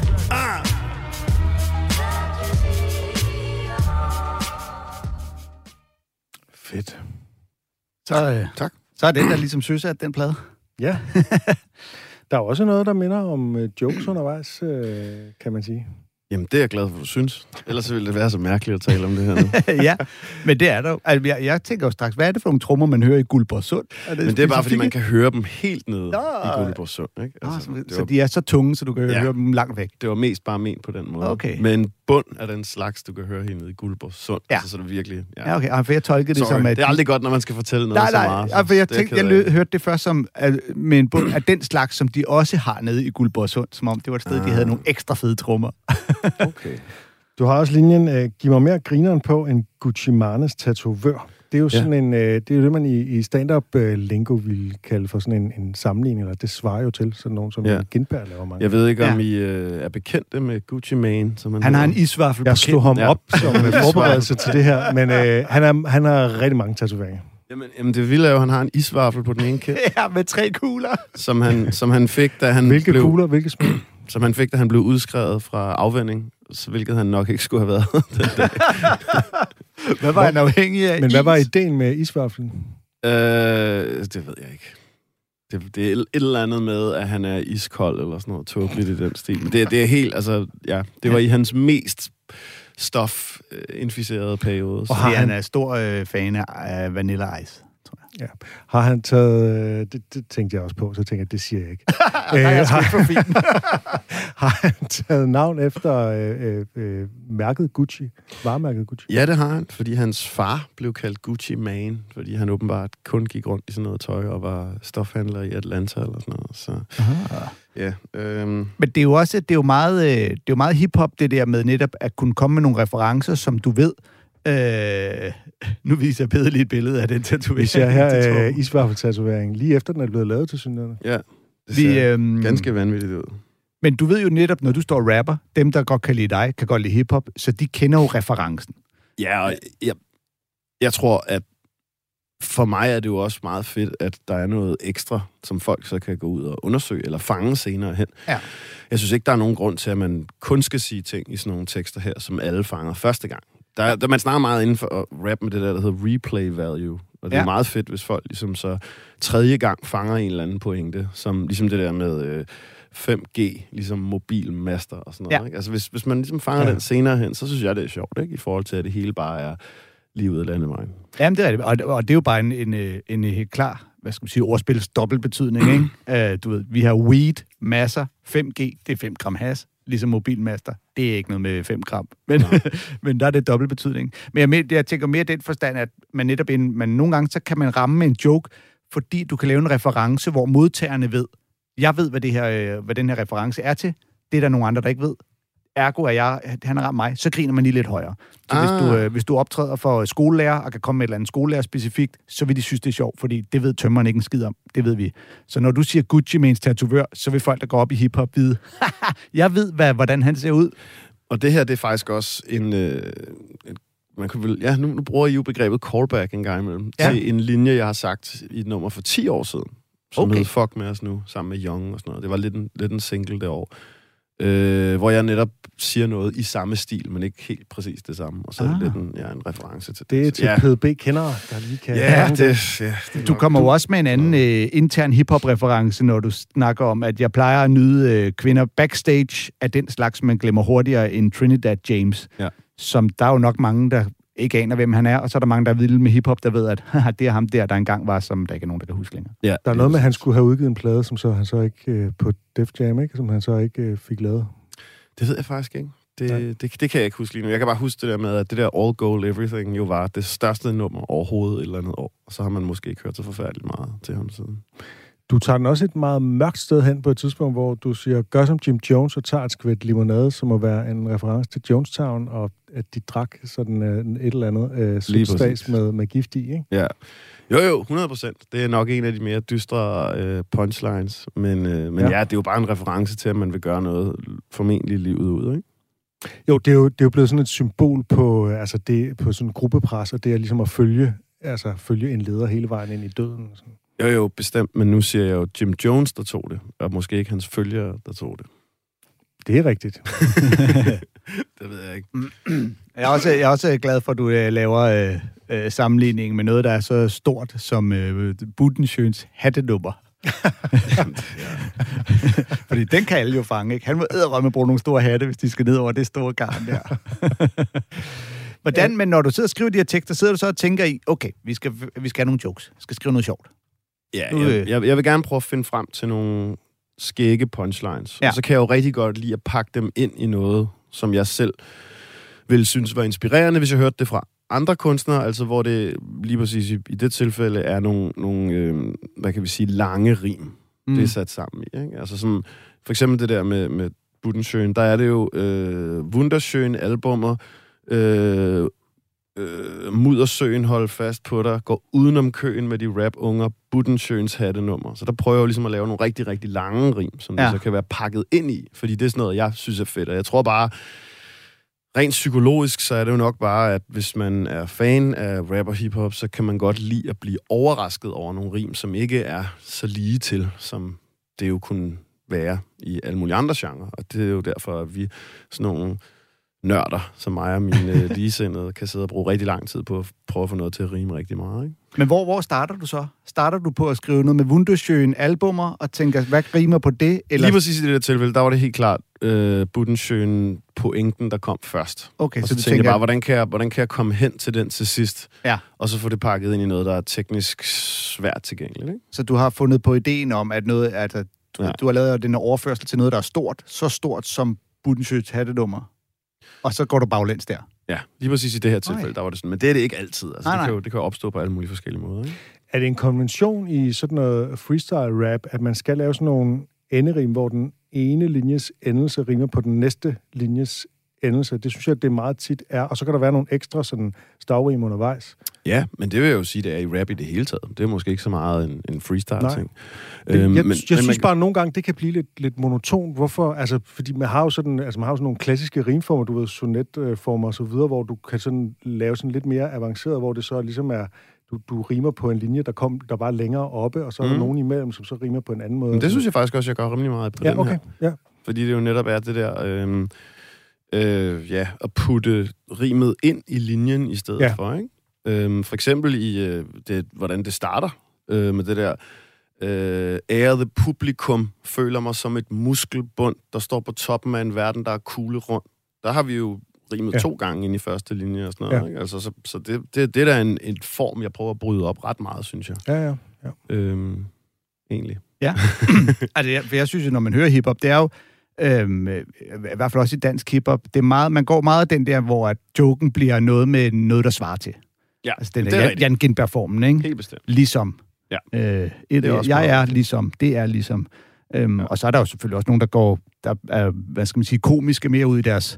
Fedt. Tak. Så er den der ligesom søsat, den plade. Ja. Der er også noget, der minder om jokes undervejs, kan man sige. Jamen, det er jeg glad for, du synes. Ellers ville det være så mærkeligt at tale om det her nu. Ja, men det er der jo. Altså, jeg tænker jo straks, hvad er det for nogle trommer, man hører i Guldborgsund? Men det er bare, fordi man kan høre dem helt nede i Guldborgsund, ikke? Altså, så de er så tunge, så du kan høre dem langt væk? Det var mest bare ment på den måde. Okay. Men en bund af den slags, du kan høre helt nede i Guldborgsund. Ja. Altså, så er det virkelig... Ja, okay. For jeg tolkede det som, at... Det er aldrig godt, når man skal fortælle noget så meget. Nej, for jeg hørte det først som med en bund af den slags, som de også har nede i Guldborgsund, som om det var et sted, de havde nogle ekstra fede trommer. Okay. Du har også linjen, giv mig mere grineren på en Gucci Manes tatovør. Det er jo sådan en, det er jo det, man i stand-up lingo ville kalde for sådan en sammenligning, eller det svarer jo til sådan nogen, som Gindberg laver mange. Jeg ved ikke, om I er bekendte med Gucci Mane. Som han har en isvaffel på. Jeg slog ham op som forberedelse til det her, men han har rigtig mange tatoveringer. Jamen det vilde er jo, han har en isvaffel på den ene kind. Ja, med 3 kugler. som han fik, da han Hvilke kugler? Hvilke små? Som han fik, da han blev udskrevet fra afvænding, hvilket han nok ikke skulle have været den dag. Hvad var han afhængig af? Men hvad var ideen med isvaflen? Det ved jeg ikke. Det er et eller andet med, at han er iskold eller sådan noget tåbeligt i den stil. Men det er helt, altså, ja, det var i hans mest stofinficerede periode. Og han er stor fan af Vanilla Ice. Ja. Har han taget... Det tænkte jeg også på, så tænkte jeg, det siger jeg ikke. Har han taget navn efter mærket Gucci? Varemærket Gucci? Ja, det har han, fordi hans far blev kaldt Gucci Mane, fordi han åbenbart kun gik rundt i sådan noget tøj og var stofhandler i Atlanta eller sådan noget. Så, ja, Men det er jo også det er jo meget hiphop, det der med netop at kunne komme med nogle referencer, som du ved. Nu viser jeg Peder lige et billede af den tatovering. Vi ser her isvaffeltatoveringen, lige efter den er blevet lavet til synligheden. Ja, det ser ganske vanvittigt ud. Men du ved jo netop, når du står og rapper, dem, der godt kan lide dig, kan godt lide hiphop, så de kender jo referencen. Ja, og jeg tror, at for mig er det jo også meget fedt, at der er noget ekstra, som folk så kan gå ud og undersøge, eller fange senere hen. Ja. Jeg synes ikke, der er nogen grund til, at man kun skal sige ting i sådan nogle tekster her, som alle fanger første gang. man snakker meget inden for rap med det der hedder replay value. Og det er meget fedt, hvis folk ligesom så tredje gang fanger en eller anden pointe, som ligesom det der med 5G, ligesom mobilmaster og sådan noget. Ikke? Altså hvis man ligesom fanger den senere hen, så synes jeg, det er sjovt, ikke? I forhold til, at det hele bare er lige ud af landevejen. Jamen, det er det. Og det er jo bare en helt klar, hvad skal man sige, ordspils dobbeltbetydning, ikke? Du ved, vi har weed, masser, 5G, det er 5 gram hash, ligesom mobilmaster. Det er ikke noget med 5 gram. Men der er det dobbeltbetydning. Men jeg tænker mere den forstand, at man netop nogle gange, så kan man ramme en joke, fordi du kan lave en reference, hvor modtagerne ved, jeg ved, hvad den her reference er til. Det er der nogle andre, der ikke ved. Ergo er han har ramt mig, så griner man lige lidt højere. Så hvis du optræder for skolelærer, og kan komme med et eller andet skolelærer specifikt, så vil de synes, det er sjovt, fordi det ved tømmeren ikke en skid om. Det ved vi. Så når du siger Gucci med ens tatovør, så vil folk, der går op i hiphop, vide, jeg ved, hvordan han ser ud. Og det her, det er faktisk også man kan vel, nu bruger I jo begrebet callback en gang imellem, til en linje, jeg har sagt i et nummer for 10 år siden. Som hed Fuck med os nu, sammen med Young og sådan noget. Det var lidt en single det år. Hvor jeg netop siger noget i samme stil, men ikke helt præcis det samme. Og så er det lidt en reference til det. Det er til PDB-kendere, der lige kan... Det du kommer jo også med en anden intern hiphop-reference, når du snakker om, at jeg plejer at nyde kvinder backstage af den slags, man glemmer hurtigere end Trinidad James. Ja. Som der er jo nok mange, der ikke aner, hvem han er, og så er der mange, der er vilde med hiphop, der ved, at det er ham der engang var, som der ikke er nogen, der kan huske længere. Ja, der er noget med, at han skulle have udgivet en plade, som han så ikke på Def Jam, ikke? Som han så ikke fik lavet. Det ved jeg faktisk ikke. Det kan jeg ikke huske lige nu. Jeg kan bare huske det der med, at det der All Gold Everything jo var det største nummer overhovedet et eller andet år. Og så har man måske ikke hørt så forfærdeligt meget til ham siden. Du tager den også et meget mørkt sted hen på et tidspunkt, hvor du siger, gør som Jim Jones og tager et skvæt limonade, som må være en reference til Jonestown, og at de drak sådan et eller andet substans med gift i, ikke? Ja. Jo, 100%. Det er nok en af de mere dystre punchlines, men det er jo bare en reference til, at man vil gøre noget formentlig livet ud, ikke? Jo, det er jo blevet sådan et symbol på, på sådan en gruppepres, og det er ligesom at følge en leder hele vejen ind i døden. Sådan. Jo, bestemt, men nu siger jeg jo Jim Jones, der tog det, og måske ikke hans følgere, der tog det. Det er rigtigt. Det ved jeg ikke. Jeg er også glad for, at du laver sammenligning med noget, der er så stort som Budensjøens hattenummer. Fordi den kan alle jo fange, ikke? Han må edderrømme bruge nogle store hatte, hvis de skal ned over det store garn der. Hvordan, men når du sidder og skriver de her tekster, sidder du så og tænker i, okay, vi skal have nogle jokes, vi skal skrive noget sjovt. Ja, jeg vil gerne prøve at finde frem til nogle skægge punchlines. Ja. Og så kan jeg jo rigtig godt lide at pakke dem ind i noget, som jeg selv ville synes var inspirerende, hvis jeg hørte det fra andre kunstnere, altså hvor det lige præcis i det tilfælde er nogle hvad kan vi sige, lange rim, det er sat sammen i. Ikke? Altså sådan, for eksempel det der med Budensjøen, der er det jo Wunderschön albummer, Muddersøen, hold fast på dig, går udenom køen med de rap-unger, Budensjøens hattenummer. Så der prøver jeg ligesom at lave nogle rigtig, rigtig lange rim, som det så kan være pakket ind i, fordi det er sådan noget, jeg synes er fedt. Og jeg tror bare, rent psykologisk, så er det jo nok bare, at hvis man er fan af rap og hiphop, så kan man godt lide at blive overrasket over nogle rim, som ikke er så lige til, som det jo kunne være i alle mulige andre genrer. Og det er jo derfor, at vi sådan nogle nørder, som mig og mine ligesindede, kan sidde og bruge rigtig lang tid på at prøve at få noget til at rime rigtig meget, ikke? Men hvor starter du så? Starter du på at skrive noget med Wunderschön albummer, og tænker, hvad rimer på det? Eller? Lige præcis i det der tilfælde, der var det helt klart Budensjøen pointen, der kom først. Okay, og så tænker jeg bare, hvordan kan jeg komme hen til den til sidst? Ja. Og så få det pakket ind i noget, der er teknisk svært tilgængeligt, ikke? Så du har fundet på ideen om, at noget, du har lavet den overførsel til noget, der er stort, så stort som Budensjøens hattenummer. Og så går du baglæns der. Ja, lige præcis i det her tilfælde, der var det sådan. Men det er det ikke altid. Altså, det kan jo opstå på alle mulige forskellige måder, ikke? Er det en konvention i sådan noget freestyle-rap, at man skal lave sådan nogle enderim, hvor den ene linjes endelse rimer på den næste linjes endelse? Det synes jeg, det meget tit er. Og så kan der være nogle ekstra sådan stavrim undervejs. Ja, men det vil jeg jo sige, det er i rap i det hele taget. Det er måske ikke så meget en freestyle-ting. Jeg synes bare, at nogle gange, det kan blive lidt monotont. Hvorfor? Altså, fordi man har jo sådan nogle klassiske rimformer, du ved, sonetformer og så videre, hvor du kan sådan lave sådan lidt mere avanceret, hvor det så ligesom er, du rimer på en linje, der var længere oppe, og så er der nogen imellem, som så rimer på en anden måde. Men det synes jeg faktisk også, jeg gør rimelig meget på den her. Ja. Fordi det jo netop er det der at putte rimet ind i linjen i stedet for, ikke? For eksempel i hvordan det starter med det der ærede publikum føler mig som et muskelbund, der står på toppen af en verden, der er kugle rundt. Der har vi jo rimet 2 gange ind i første linje og sådan noget. Ikke? Altså, så det er da en form, jeg prøver at bryde op ret meget, synes jeg. Ja. Egentlig. Ja, altså, jeg synes jo, når man hører hiphop, det er jo i hvert fald også i dansk hiphop, det er meget, man går meget af den der, hvor at joken bliver noget med noget, der svarer til. Ja, altså den der Jan Gintberg-formen, ikke? Helt bestemt. Ligesom. Ja. Jeg er ligesom, det er ligesom. Og så er der jo selvfølgelig også nogen, der er, hvad skal man sige, komiske mere ud i deres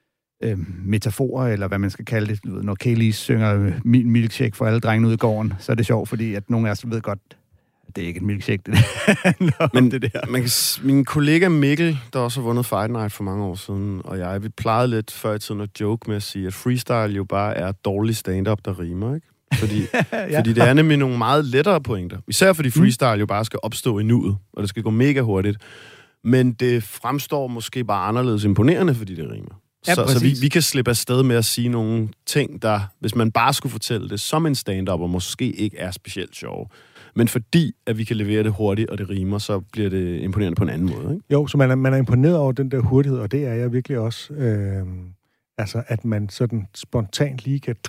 metaforer, eller hvad man skal kalde det. Når Kaylee synger min milkshake for alle drengene ude i gården, så er det sjovt, fordi at nogle af os ved godt, det er ikke et milkshake, det der. Men det der. Min kollega Mikkel, der også har vundet Fight Night for mange år siden, og vi plejede lidt før i tiden at joke med at sige, at freestyle jo bare er dårlig stand-up, der rimer, ikke? Fordi det er nemlig nogle meget lettere pointer. Især fordi freestyle jo bare skal opstå i nuet, og det skal gå mega hurtigt. Men det fremstår måske bare anderledes imponerende, fordi det rimer. Ja, så vi kan slippe afsted med at sige nogle ting, der, hvis man bare skulle fortælle det som en stand-up, og måske ikke er specielt sjove. Men fordi, at vi kan levere det hurtigt, og det rimer, så bliver det imponerende på en anden måde, ikke? Jo, så man er imponeret over den der hurtighed, og det er jeg virkelig også. Altså, at man sådan spontant lige kan...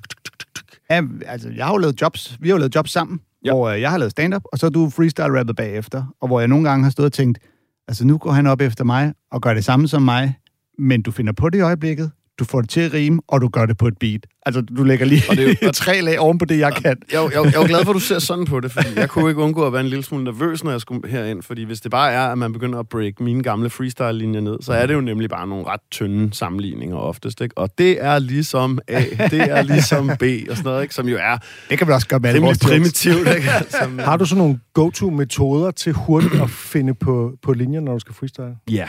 Ja, altså, vi har jo lavet jobs sammen, hvor jeg har lavet stand-up, og så er du freestyle-rappet bagefter, og hvor jeg nogle gange har stået og tænkt, altså nu går han op efter mig, og gør det samme som mig, men du finder på det i øjeblikket, du får det til at rime, og du gør det på et beat. Altså, du lægger lige 3 lag oven på det, jeg kan. Jeg er glad for, at du ser sådan på det, fordi jeg kunne ikke undgå at være en lille smule nervøs, når jeg skulle herind, fordi hvis det bare er, at man begynder at break mine gamle freestyle-linjer ned, så er det jo nemlig bare nogle ret tynde sammenligninger oftest, ikke? Og det er ligesom A, det er ligesom B, og sådan noget, ikke? Som jo er... Det kan vi også gøre med alle vores primitivt, ikke? Har du sådan nogle go-to-metoder til hurtigt at finde på linjer, når du skal freestyle? Ja.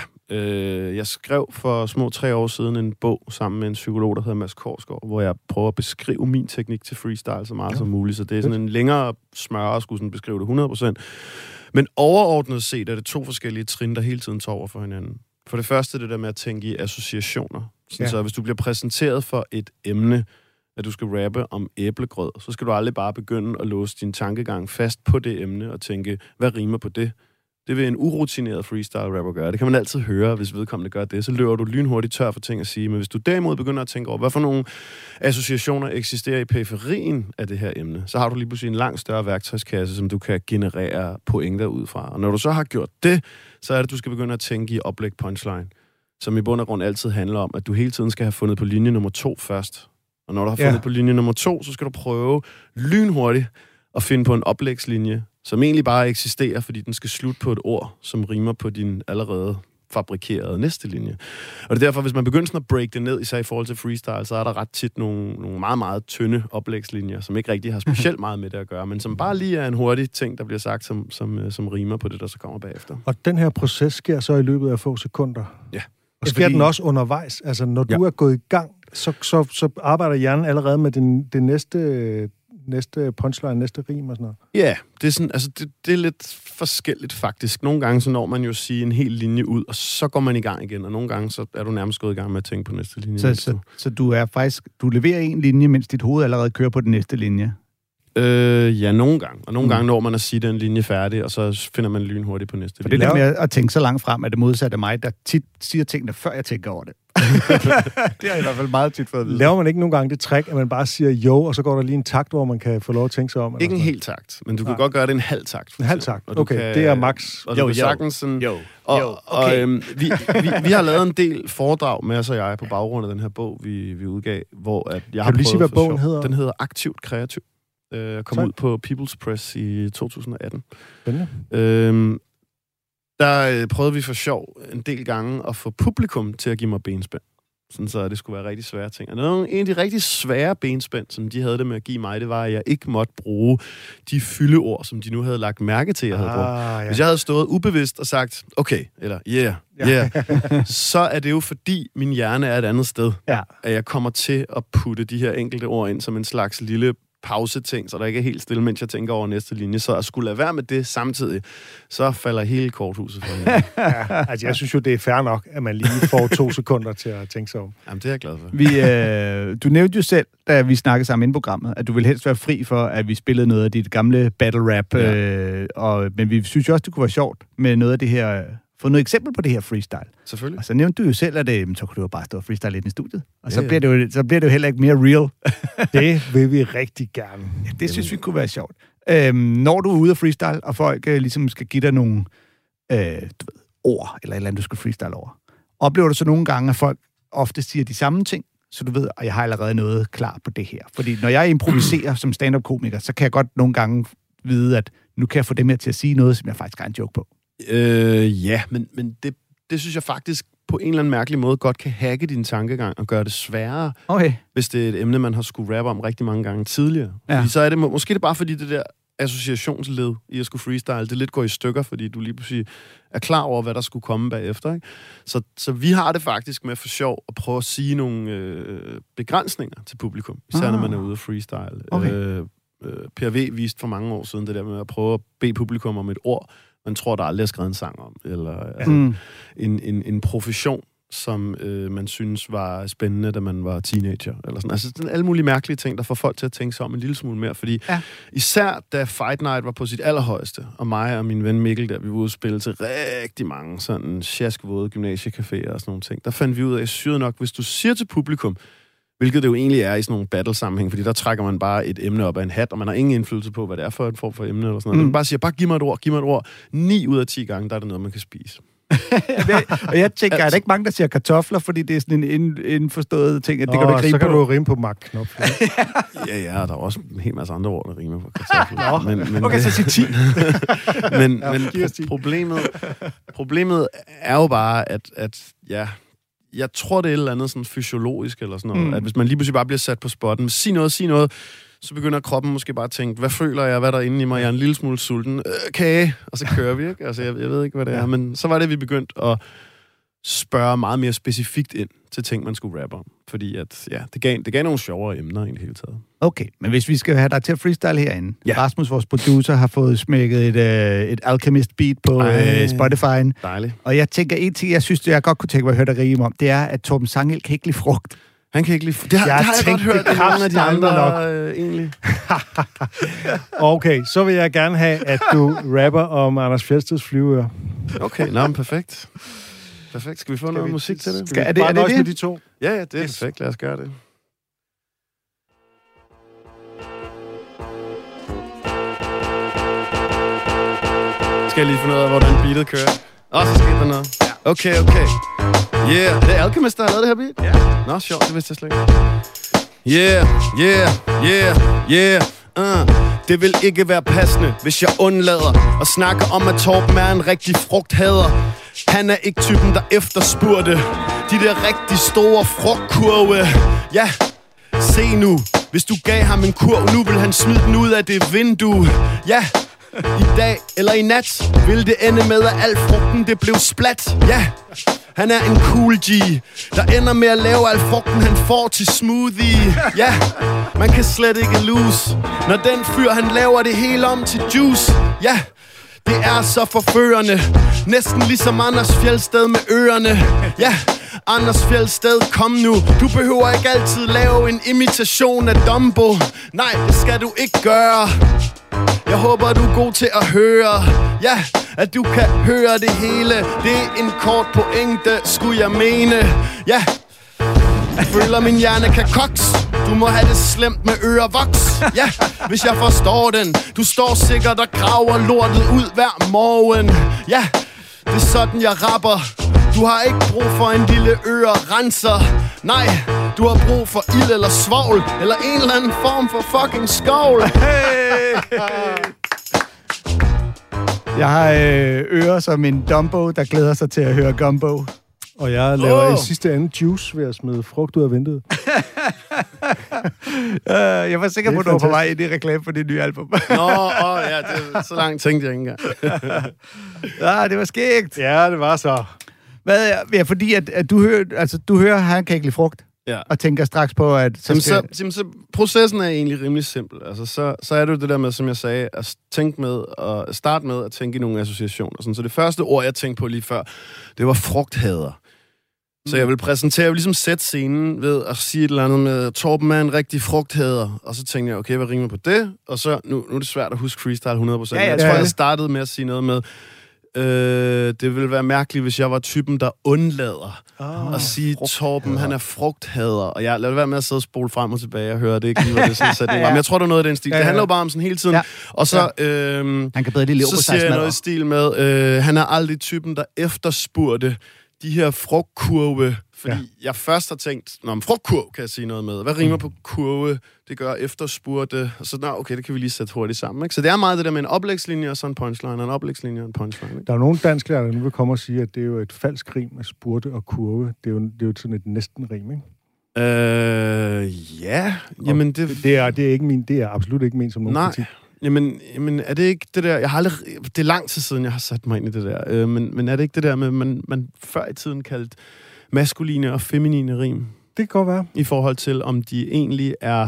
Jeg skrev for små 3 år siden en bog sammen med en psykolog, der hedder Mads Korsgaard, hvor jeg prøver at beskrive min teknik til freestyle så meget som muligt. Så det er sådan en længere smøre at skulle sådan beskrive det 100%. Men overordnet set er det 2 forskellige trin, der hele tiden tager over for hinanden. For det første det der med at tænke i associationer. Så hvis du bliver præsenteret for et emne, at du skal rappe om æblegrød, så skal du aldrig bare begynde at låse din tankegang fast på det emne og tænke, hvad rimer på det? Det vil en urutineret freestyle-rapper gøre. Det kan man altid høre, hvis vedkommende gør det. Så løber du lynhurtigt tør for ting at sige. Men hvis du derimod begynder at tænke over, hvad for nogle associationer eksisterer i periferien af det her emne, så har du lige pludselig en langt større værktøjskasse, som du kan generere pointer ud fra. Og når du så har gjort det, så er det, at du skal begynde at tænke i oplæg punchline, som i bund og grund altid handler om, at du hele tiden skal have fundet på linje nummer 2 først. Og når du har fundet på linje nummer 2, så skal du prøve lynhurtigt at finde på en oplægslinje, som egentlig bare eksisterer, fordi den skal slutte på et ord, som rimer på din allerede fabrikerede næste linje. Og det er derfor, hvis man begynder sådan at break det ned, især i forhold til freestyle, så er der ret tit nogle meget, meget tynde oplægslinjer, som ikke rigtig har specielt meget med det at gøre, men som bare lige er en hurtig ting, der bliver sagt, som rimer på det, der så kommer bagefter. Og den her proces sker så i løbet af få sekunder? Ja. Og sker den også undervejs? Altså, når du er gået i gang, så arbejder hjernen allerede med det næste punchline, næste rim og sådan noget? Ja, det er sådan, altså det er lidt forskelligt faktisk. Nogle gange så når man jo sige en hel linje ud, og så går man i gang igen, og nogle gange så er du nærmest gået i gang med at tænke på næste linje. Så du er faktisk, du leverer en linje, mens dit hoved allerede kører på den næste linje? Ja, nogle gange. Og nogle gange når man at sige den linje færdig, og så finder man lynhurtigt på næste linje. Det der med at tænke så langt frem, er det modsatte af mig, der tit siger tingene, før jeg tænker over det. Det er i hvert fald meget tit for at vide. Laver man ikke nogle gange det trick, at man bare siger jo, og så går der lige en takt, hvor man kan få lov at tænke sig om? Ikke en hel takt, men du kan godt gøre det en halv takt. En halv takt, okay. Det er max. Og du kan sagtens sådan... Vi har lavet en del foredrag med os og jeg på baggrund af den her bog, vi udgav, hvor at jeg har prøvet... Kan du lige sige, hvad bogen hedder? Den hedder Aktivt Kreativ. Kom ud på People's Press i 2018. Der prøvede vi for sjov en del gange at få publikum til at give mig benspænd. Sådan så det skulle være rigtig svære ting. Og en af de rigtig svære benspænd, som de havde det med at give mig, det var, at jeg ikke måtte bruge de fyldeord, som de nu havde lagt mærke til, jeg havde brugt. Ja. Hvis jeg havde stået ubevidst og sagt, okay, eller yeah, så er det jo fordi, min hjerne er et andet sted. Ja. At jeg kommer til at putte de her enkelte ord ind som en slags lille pause-ting, så der ikke er helt stille, mens jeg tænker over næste linje. Så at skulle lade være med det samtidig, så falder hele korthuset for hinanden. Ja, altså jeg synes jo, det er fair nok, at man lige får 2 sekunder til at tænke sig om. Jamen, det er jeg glad for. Du nævnte jo selv, da vi snakkede sammen inden programmet, at du ville helst være fri for, at vi spillede noget af dit gamle battle rap. Ja. Men vi synes jo også, det kunne være sjovt med noget af det her. Få noget eksempel på det her freestyle. Selvfølgelig. Og så nævnte du jo selv, at så kunne du jo bare stå og freestyle lidt i studiet. Og så bliver det jo heller ikke mere real. Det vil vi rigtig gerne. Ja, det synes vi kunne være sjovt. Når du er ude af freestyle, og folk ligesom skal give dig nogle ord, eller et eller andet, du skal freestyle over. Oplever du så nogle gange, at folk ofte siger de samme ting, så du ved, at jeg har allerede noget klar på det her. Fordi når jeg improviserer som stand-up-komiker, så kan jeg godt nogle gange vide, at nu kan jeg få dem her til at sige noget, som jeg faktisk har en joke på. Ja, men det synes jeg faktisk på en eller anden mærkelig måde godt kan hacke din tankegang og gøre det sværere, hvis det er et emne, man har skulle rappe om rigtig mange gange tidligere. Ja. Fordi så er det måske det bare fordi det der associationsled i at skulle freestyle, det lidt går i stykker, fordi du lige pludselig er klar over, hvad der skulle komme bagefter. Ikke? Så vi har det faktisk med for sjov at prøve at sige nogle begrænsninger til publikum, især når man er ude at freestyle. Okay. PRV viste for mange år siden det der med at prøve at bede publikum om et ord, man tror, der aldrig er skrevet en sang om, eller en profession, som man synes var spændende, da man var teenager, eller sådan. Altså, det er alle mulige mærkelige ting, der får folk til at tænke sig om en lille smule mere, fordi især da Fight Night var på sit allerhøjeste, og mig og min ven Mikkel, der vi var ude at spille til rigtig mange sådan sjaskvåde gymnasiecaféer og sådan nogle ting, der fandt vi ud af, syret nok, hvis du siger til publikum, hvilket det jo egentlig er i sådan nogle battle-sammenhæng, fordi der trækker man bare et emne op af en hat, og man har ingen indflydelse på, hvad det er for en form for emne, eller sådan noget. Man bare siger, bare giv mig et ord. 9 ud af 10 gange, der er det noget, man kan spise. Og jeg tænker, er der ikke mange, der siger kartofler, fordi det er sådan en indforstået ting, at det kan du ikke rime på? Så kan du rime på Mark-knop. Ja, der er også en hel masse andre ord, der rimer på kartofler. Men, okay, så sig 10. men problemet er jo bare, at jeg tror, det er et eller andet sådan fysiologisk eller sådan noget, at hvis man lige pludselig bare bliver sat på spotten, sig noget, så begynder kroppen måske bare at tænke, hvad føler jeg, hvad der er inde i mig, jeg er en lille smule sulten, kage, og så kører vi, ikke? Altså, jeg ved ikke, hvad det er, men så var det, vi begyndte at spørge meget mere specifikt ind til ting, man skulle rappe om, fordi at, det gav nogle sjovere emner i det hele taget. Okay, men hvis vi skal have dig til at freestyle herinde, Rasmus, vores producer, har fået smækket et Alchemist beat på Spotify. Dejligt. Og jeg tænker, en ting, jeg synes, jeg godt kunne tænke mig at høre dig rime om, det er, at Torben Sangel kan ikke lide frugt. Han kan ikke lide frugt. Det har jeg godt hørt, det mange af de andre egentlig. Okay, så vil jeg gerne have, at du rapper om Anders Fjeldsteds flyveører. Okay, men perfekt. Perfekt. Skal vi få noget musik til det? Er det med de to? Ja, det er perfekt. Lad os gøre det. Skal jeg lige finde ud af, hvordan beatet kører? Så skete der noget. Okay. Yeah, det er Alchemist, der har lavet det her beat? Ja. Nå, sjovt, det vidste jeg slet ikke. Det vil ikke være passende, hvis jeg undlader at snakke om, at Torben er en rigtig frugthader. Han er ikke typen, der efterspurgte de der rigtig store frugtkurve. Ja, se nu, hvis du gav ham en kurv, nu vil han smide den ud af det vindue. Ja, i dag eller i nat vil det ende med, at al frugten det blev splat. Ja, han er en cool G, der ender med at lave al frugten, han får til smoothie. Ja, man kan slet ikke lose, når den fyr, han laver det hele om til juice. Ja, det er så forførende, næsten ligesom Anders Fjeldsted med ørerne. Ja, Anders Fjeldsted, kom nu. Du behøver ikke altid lave en imitation af Dumbo. Nej, det skal du ikke gøre. Jeg håber, du er god til at høre. Ja, at du kan høre det hele. Det er en kort pointe, skulle jeg mene. Ja, jeg føler min hjerne kan koks. Du må have det slemt med ørevoks. Ja, hvis jeg forstår den. Du står sikkert og graver lortet ud hver morgen. Ja, det er sådan jeg rapper. Du har ikke brug for en lille ørerenser. Nej, du har brug for ild eller svovl, eller en eller anden form for fucking skovl. Hey! Jeg har ører som en Dumbo, der glæder sig til at høre gumbo. Og jeg laver i sidste ende juice ved at smide frugt ud af vinduet. Jeg var sikker på, at du var på vej ind i reklame for det nye album. Det så langt tænkte jeg ikke engang. Det var skægt. Ja, det var så. Hvad? Ja, fordi at du hører, han kan ikke lide frugt. og tænker straks på, at... Så processen er egentlig rimelig simpel. Altså, så er det jo det der med, som jeg sagde, at tænke med og starte med at tænke i nogle associationer. Sådan. Så det første ord, jeg tænkte på lige før, det var frugthader. Så jeg vil ligesom sætte scenen ved at sige et eller andet med, Torben er en rigtig frugthader. Og så tænkte jeg, okay, hvad rimer på det? Og så, nu er det svært at huske freestyle 100%. Jeg tror, jeg startede med at sige noget med, det ville være mærkeligt, hvis jeg var typen, der undlader at sige, Torben, han er frugthader. Og jeg lader være med at sidde og spole frem og tilbage og høre, det ikke lige, hvad det sådan sætning var. Men jeg tror, der er noget af den stil. Det handler jo bare om sådan hele tiden. Ja. Og så, han kan bedre lige så siger jeg noget i stil med, han er aldrig typen, der efterspurgte de her frugtkurve, fordi jeg først har tænkt, frugtkurve kan jeg sige noget med. Hvad rimer på kurve? Det gør efterspurgte. Og så, okay, det kan vi lige sætte hurtigt sammen. Ikke? Så det er meget det der med en oplægslinje og så en punchline, og en oplægslinje og en punchline. Ikke? Der er nogle dansklærer, der nu vil komme og sige, at det er jo et falsk rim af spurte og kurve. Det er jo sådan et næsten rim, ikke? Ja. Jamen, det er absolut ikke min som nogen kritik. Jamen, er det ikke det der... det er lang tid siden, jeg har sat mig ind i det der. Men er det ikke det der med, man før i tiden kaldte maskuline og feminine rim? Det kan godt være. I forhold til, om de egentlig er...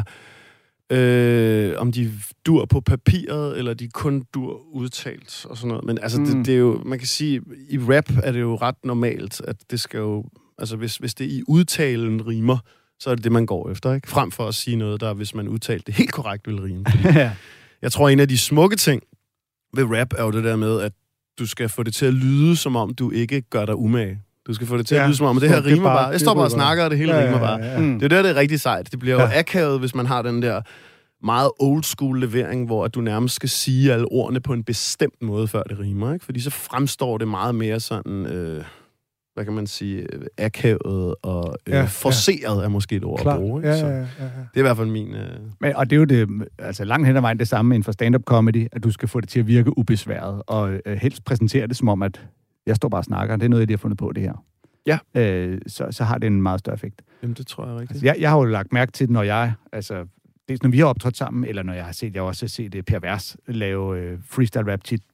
om de dur på papiret, eller de kun dur udtalt, og sådan noget. Men altså, det er jo... Man kan sige, i rap er det jo ret normalt, at det skal jo... Altså, hvis det i udtalen rimer, så er det det, man går efter, ikke? Frem for at sige noget, der, hvis man udtalte det helt korrekt, vil rime. Fordi jeg tror, en af de smukke ting ved rap er jo det der med, at du skal få det til at lyde, som om du ikke gør dig umage. Du skal få det til at lyde, som om, at det her rimer bare. Jeg står bare og snakker, og det hele rimer bare. Det er der, det er rigtig sejt. Det bliver jo akavet, hvis man har den der meget old school levering, hvor at du nærmest skal sige alle ordene på en bestemt måde, før det rimer, ikke? Fordi så fremstår det meget mere sådan... hvad kan man sige, akavet og forceret er måske et ord at bruge. Ikke? Det er i hvert fald min... Men, og det er jo det, altså langt hen ad vejen det samme inden for stand-up comedy, at du skal få det til at virke ubesværet, og helst præsentere det som om, at jeg står bare og snakker, det er noget, jeg lige har fundet på det her. Ja. Så har det en meget større effekt. Jamen, det tror jeg rigtigt. Altså, jeg har jo lagt mærke til det, når jeg... Altså, når vi har optrådt sammen, eller når jeg har også set Per Vers lave freestyle rap tit.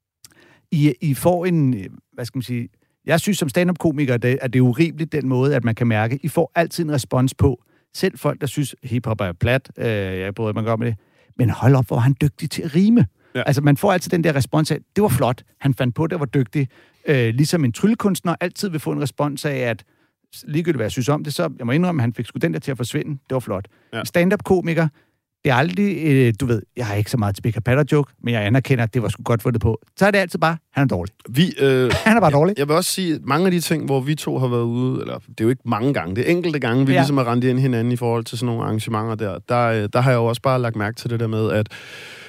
I får en, hvad skal man sige... Jeg synes som stand-up-komiker, at det er urimeligt den måde, at man kan mærke, I får altid en respons på. Selv folk, der synes, hiphop er plat, jeg bryder mig godt med det. Men hold op, hvor er han dygtig til at rime. Ja. Altså, man får altid den der respons af, det var flot, han fandt på, det var dygtig. Ligesom en tryllekunstner altid vil få en respons af, at ligegyldigt hvad jeg synes om det, så jeg må indrømme, at han fik sgu den der til at forsvinde. Det var flot. Ja. Stand-up-komiker, det er aldrig, du ved, jeg har ikke så meget til Big Patter joke, men jeg anerkender, at det var sgu godt fundet på. Så er det altid bare, han er dårlig. Han er bare dårlig. Jeg vil også sige, mange af de ting, hvor vi to har været ude, eller det er jo ikke mange gange, det er enkelte gange, vi ligesom har rendt ind hinanden i forhold til sådan nogle arrangementer der har jeg jo også bare lagt mærke til det der med, at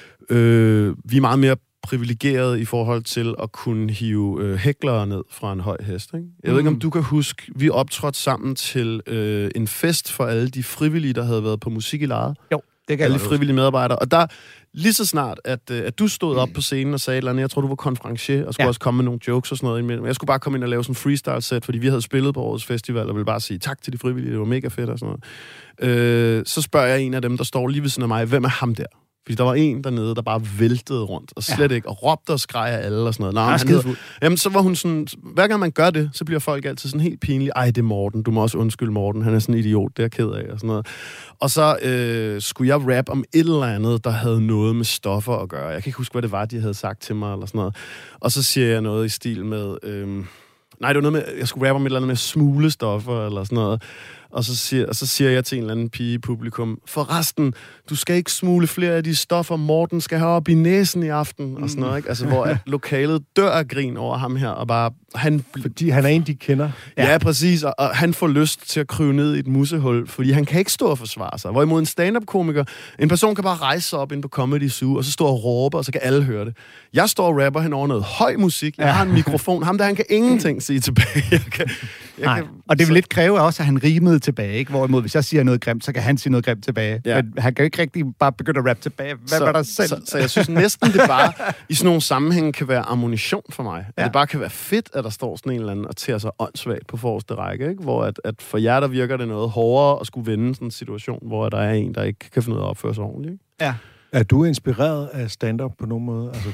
vi er meget mere privilegeret i forhold til at kunne hive hæklere ned fra en høj hest. Ikke? Jeg ved ikke, om du kan huske, vi optrådte sammen til en fest for alle de frivillige, der havde været på Musik i Lejet. Jo. Alle de frivillige medarbejdere. Og der, lige så snart, at du stod op på scenen og sagde et eller andet, jeg tror, du var konferencier, og skulle også komme med nogle jokes og sådan noget imellem. Jeg skulle bare komme ind og lave sådan en freestyle-set, fordi vi havde spillet på årets festival, og ville bare sige tak til de frivillige, det var mega fedt og sådan noget. Så spørger jeg en af dem, der står lige ved siden af mig, hvem er ham der? Fordi der var en dernede, der bare væltede rundt, og slet ikke, og råbte og skreg af alle og sådan noget. Jamen, så var hun sådan, hver gang man gør det, så bliver folk altid sådan helt pinlige. Ej, det er Morten, du må også undskylde Morten, han er sådan en idiot, det er jeg ked af, og sådan noget. Og så skulle jeg rap om et eller andet, der havde noget med stoffer at gøre. Jeg kan ikke huske, hvad det var, de havde sagt til mig, eller sådan noget. Og så siger jeg noget i stil med, nej, det var noget med, jeg skulle rappe om et eller andet med smule stoffer, eller sådan noget. Og så siger jeg til en eller anden pige i publikum, forresten, du skal ikke smule flere af de stoffer, Morten skal have op i næsen i aften, og sådan noget, ikke? Altså, hvor lokalet dør af grin over ham her, og bare... Fordi han er en, de kender. Ja, præcis, og han får lyst til at krybe ned i et musehul, fordi han kan ikke stå og forsvare sig. Hvorimod en stand-up-komiker, en person kan bare rejse sig op ind på Comedy Zoo, og så stå og råbe, og så kan alle høre det. Jeg står og rapper hen over noget høj musik, jeg har en mikrofon, ham der, han kan ingenting sige tilbage. Og det vil lidt kræve også, at han rimede tilbage, ikke? Hvorimod, hvis jeg siger noget grimt, så kan han sige noget grimt tilbage. Ja. Men han kan jo ikke rigtig bare begynde at rappe tilbage. Hvad var der selv? Så jeg synes næsten, det bare i sådan nogle sammenhænge kan være ammunition for mig. Ja. Det bare kan være fedt, at der står sådan en eller anden og tager sig åndssvagt på forreste række, ikke? Hvor at for jer, der virker det noget hårdere at skulle vende sådan en situation, hvor der er en, der ikke kan finde ud af at opføre sig ordentligt, ikke? Ja. Er du inspireret af stand-up på nogen måde? Altså,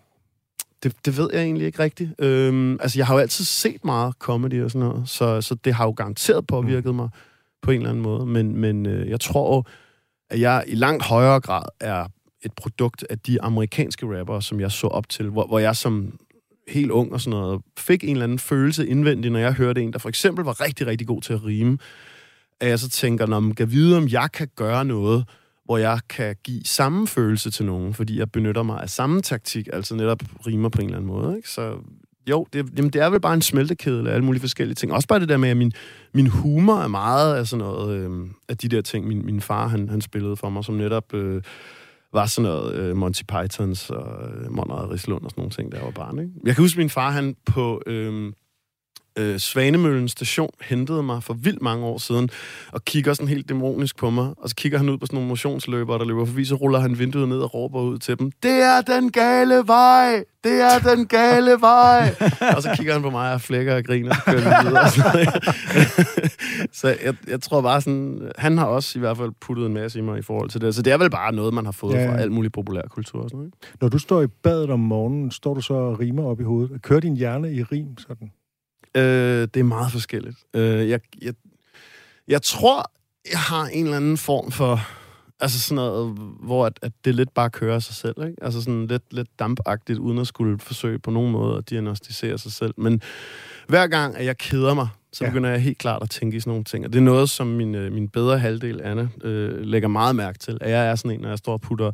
det ved jeg egentlig ikke rigtigt. Altså, jeg har jo altid set meget comedy og sådan noget, så det har jo garanteret påvirket mig. på en eller anden måde. Men jeg tror, at jeg i langt højere grad er et produkt af de amerikanske rappere, som jeg så op til, hvor jeg som helt ung og sådan noget, fik en eller anden følelse indvendigt, når jeg hørte en, der for eksempel var rigtig, rigtig god til at rime, at jeg så tænker, når man kan vide, om jeg kan gøre noget, hvor jeg kan give samme følelse til nogen, fordi jeg benytter mig af samme taktik, altså netop rimer på en eller anden måde, ikke? Så jo, det er vel bare en smeltekæde af alle mulige forskellige ting. Også bare det der med, at min humor er meget af sådan noget, af de der ting, min far, han spillede for mig, som netop var sådan noget Monty Pythons og Monrad Rislund og sådan nogle ting, der var barn, ikke? Jeg kan huske, min far, han på Svanemøllen station hentede mig for vildt mange år siden, og kigger sådan helt dæmonisk på mig, og så kigger han ud på sådan nogle motionsløbere, der løber forbi, så ruller han vinduet ned og råber ud til dem, det er den gale vej! Det er den gale vej! Og så kigger han på mig og flækker og griner, og kører videre. Og sådan så jeg tror bare sådan, han har også i hvert fald puttet en masse i mig i forhold til det. Så det er vel bare noget, man har fået fra alt muligt populærkultur og sådan noget, ikke? Når du står i badet om morgenen, står du så og rimer op i hovedet? Kører din hjerne i rim sådan? Det er meget forskelligt. Jeg tror, jeg har en eller anden form for, altså sådan noget, hvor at det lidt bare kører sig selv, ikke? Altså sådan lidt dampagtigt, uden at skulle forsøge på nogen måde at diagnostisere sig selv. Men hver gang, at jeg keder mig, så begynder jeg helt klart at tænke i sådan nogle ting. Og det er noget, som min bedre halvdel, Anna, lægger meget mærke til. At jeg er sådan en, når jeg står og putter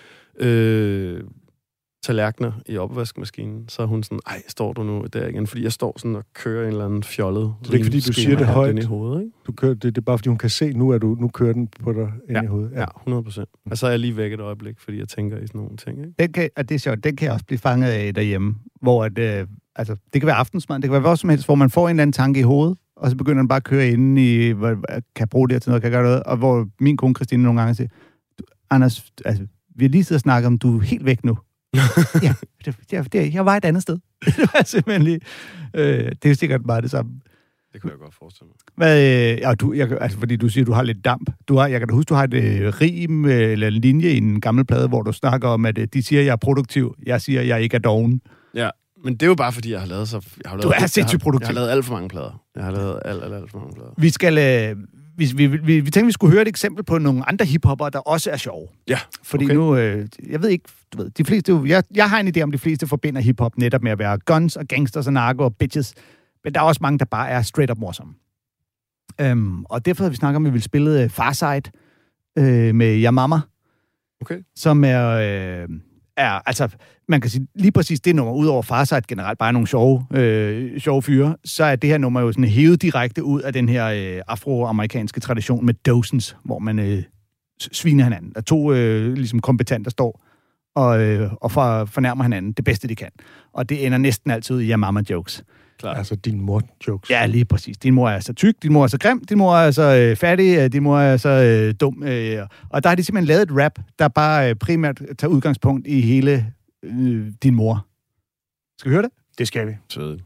tallerkener i opvaskemaskinen, så er hun sådan, ej, står du nu der igen? Fordi jeg står sådan og kører en eller anden fjollet. Det er ikke, fordi du siger det højt. I hovedet, ikke? Du kører, det er bare, fordi hun kan se, nu kører den på dig ind i hovedet. Ja, 100%. Og så er jeg lige væk et øjeblik, fordi jeg tænker i sådan nogle ting, ikke? Det er sjovt, den kan jeg også blive fanget af derhjemme, hvor altså, det kan være aftensmad, det kan være hvad som helst, hvor man får en eller anden tanke i hovedet, og så begynder den bare at køre inde i, kan bruge det her til noget, kan gøre noget, og hvor min kone Christine nogle gange siger, Anders, altså, vi har lige siddet og snakket om, du er helt væk nu. Jeg var et andet sted. Det var simpelthen lige... det er sikkert bare det samme. Det kunne jeg godt forestille mig. Altså, fordi du siger, du har lidt damp. Jeg kan da huske, du har et rim eller en linje i en gammel plade, hvor du snakker om, at de siger, at jeg er produktiv. Jeg siger, at jeg ikke er doven. Ja, men det er jo bare, fordi jeg har lavet så... Du er sindssygt produktiv. Jeg har lavet alt for mange plader. Jeg har lavet alt for mange plader. Vi skal... Vi tænkte, vi skulle høre et eksempel på nogle andre hiphopper, der også er sjove. Ja, fordi nu, jeg ved ikke, du ved, de fleste, jeg har en idé om, de fleste forbinder hiphop netop med at være guns og gangsters og narko og bitches, men der er også mange, der bare er straight up morsomme. Og derfor har vi snakket om, at vi vil spille Farsight med Yamama, som er altså, man kan sige, lige præcis det nummer, udover Farsight generelt bare nogle sjove fyre, så er det her nummer jo sådan hævet direkte ud af den her afroamerikanske tradition med dozens, hvor man sviner hinanden. Der er to ligesom kompetenter står og fornærmer hinanden det bedste, de kan. Og det ender næsten altid ud i Yamama-jokes. Klar. Altså din mor-jokes. Ja, lige præcis. Din mor er så tyk, din mor er så grim, din mor er så fattig, din mor er så dum. Og der har de simpelthen lavet et rap, der bare primært tager udgangspunkt i hele din mor. Skal vi høre det? Det skal vi. Søde.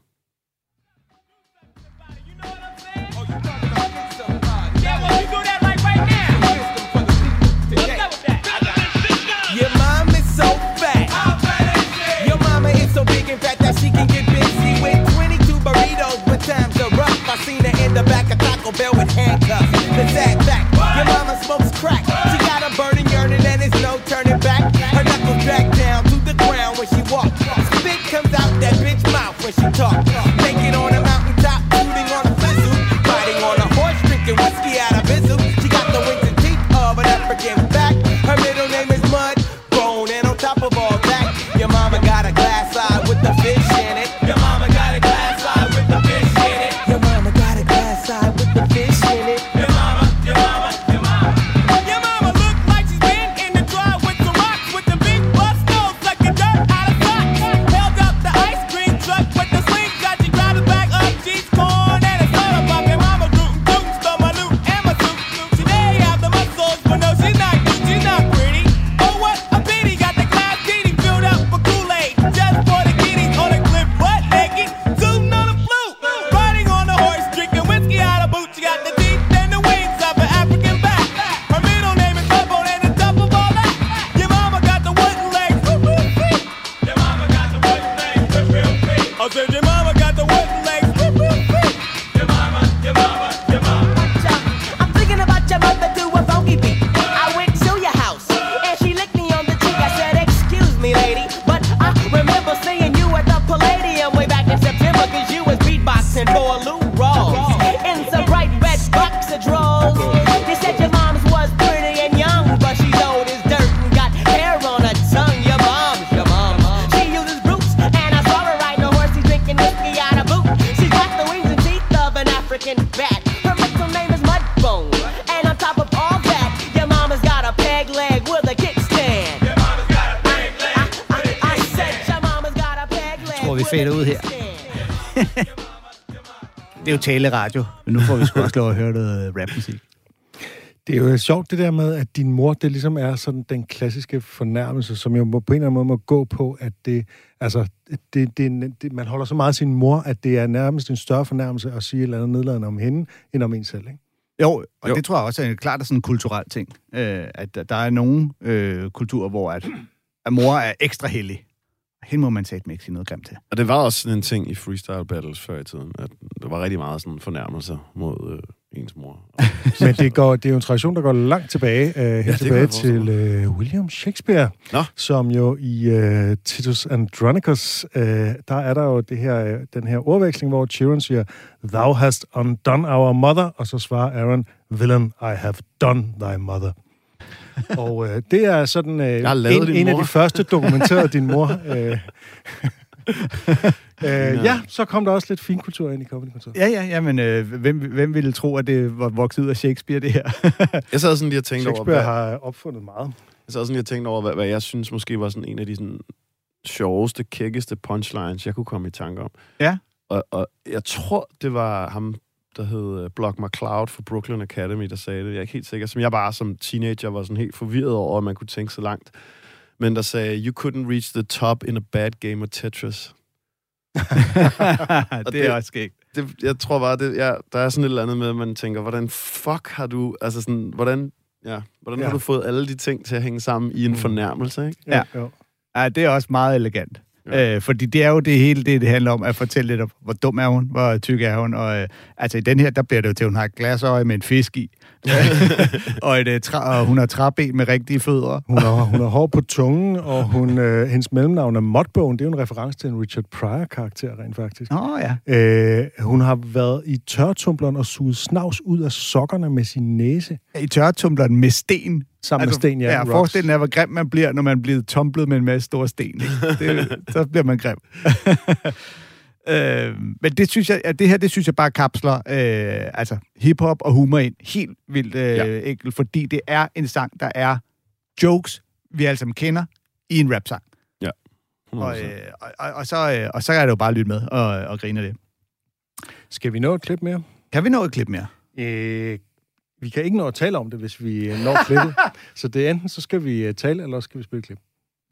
The back of Taco Bell with handcuffs. The sad fact, your mama smokes crack. She got a burning, yearning, and there's no turning back. Her knuckles drag down to the ground when she walks. Spit comes out that bitch mouth when she talks. Naked on a mountaintop, shooting on a fizzle. Riding on a horse, drinking whiskey out of bizzle. She got the wings and teeth of an African back. Her middle name is Mud Bone, and on top of all that, your mama got a glass eye with the fish in it. Your mama got a glass eye with the fish in it. Your mama got a glass eye with the fish in it. Your mama, your mama, your mama. Your mama look like she's been in the dry with some rocks with the big bust nose sucking dirt out of socks. Held up the ice cream truck with the slingshot vi fader ud her. Det er jo taleradio, men nu får vi sgu også lov at høre noget rapmusik. Det er jo sjovt det der med, at din mor, det ligesom er sådan den klassiske fornærmelse, som jo på en eller anden måde må gå på, at det, altså, man holder så meget af sin mor, at det er nærmest en større fornærmelse at sige et eller andet nedladende om hende, end om en selv, ikke? Jo, det tror jeg også er klart sådan en kulturel ting. At der er nogle kulturer, hvor at mor er ekstra hellig. Hende må man sige ikke sige noget grimt til. Og det var også sådan en ting i freestyle battles før i tiden, at der var rigtig meget sådan fornærmelser mod ens mor. Men det er jo en tradition, der går langt tilbage, helt tilbage til William Shakespeare, som jo i Titus Andronicus, der er der jo den her ordveksling, hvor Chiron siger, "Thou hast undone our mother," og så svarer Aaron, "Villain, I have done thy mother." Og det er sådan en af de første dokumenterede din mor. Ja, så kom der også lidt finkultur ind i Comedy-kontoret. Ja, men hvem ville tro, at det var vokset ud af Shakespeare, det her? Jeg sad sådan lige og tænkte over... Shakespeare har opfundet meget. Jeg sad sådan lige og tænkte over, hvad jeg synes måske var sådan en af de sådan sjoveste, kækkeste punchlines, jeg kunne komme i tanke om. Ja. Og jeg tror, det var ham, der hed Block McCloud fra Brooklyn Academy, der sagde det. Jeg er ikke helt sikker. Som jeg bare som teenager var sådan helt forvirret over, at man kunne tænke så langt. Men der sagde, "You couldn't reach the top in a bad game of Tetris." Det er også skægt. Jeg tror bare, der er sådan et eller andet med, at man tænker, hvordan fuck har du... Altså sådan, hvordan har du fået alle de ting til at hænge sammen i en fornærmelse, ikke? Ja, det er også meget elegant. Fordi det er jo det hele, det handler om, at fortælle lidt om, hvor dum er hun, hvor tyk er hun, og altså i den her, der bliver det jo til, at hun har et glasøje med en fisk i, og hun har træben med rigtige fødder. Hun har hår på tungen, og hendes mellemnavn er Mudbone. Det er jo en reference til en Richard Pryor-karakter, rent faktisk. Hun har været i tørretumbleren og suget snavs ud af sokkerne med sin næse. I tørretumbleren med sten. Sammen med sten, ja. Forestillingen er, hvor grim man bliver, når man bliver tumblet med en masse store sten. Så bliver man grim. Men det synes jeg, det synes jeg bare kapsler altså hiphop og humor ind helt vildt enkelt, fordi det er en sang, der er jokes, vi alle sammen kender, i en rap-sang. Ja. Og så er det jo bare at lytte med og grine af det. Skal vi nå et klip mere? Kan vi nå et klip mere? Vi kan ikke nå at tale om det, hvis vi når klippet. Så det er enten, så skal vi tale, eller skal vi spille klip.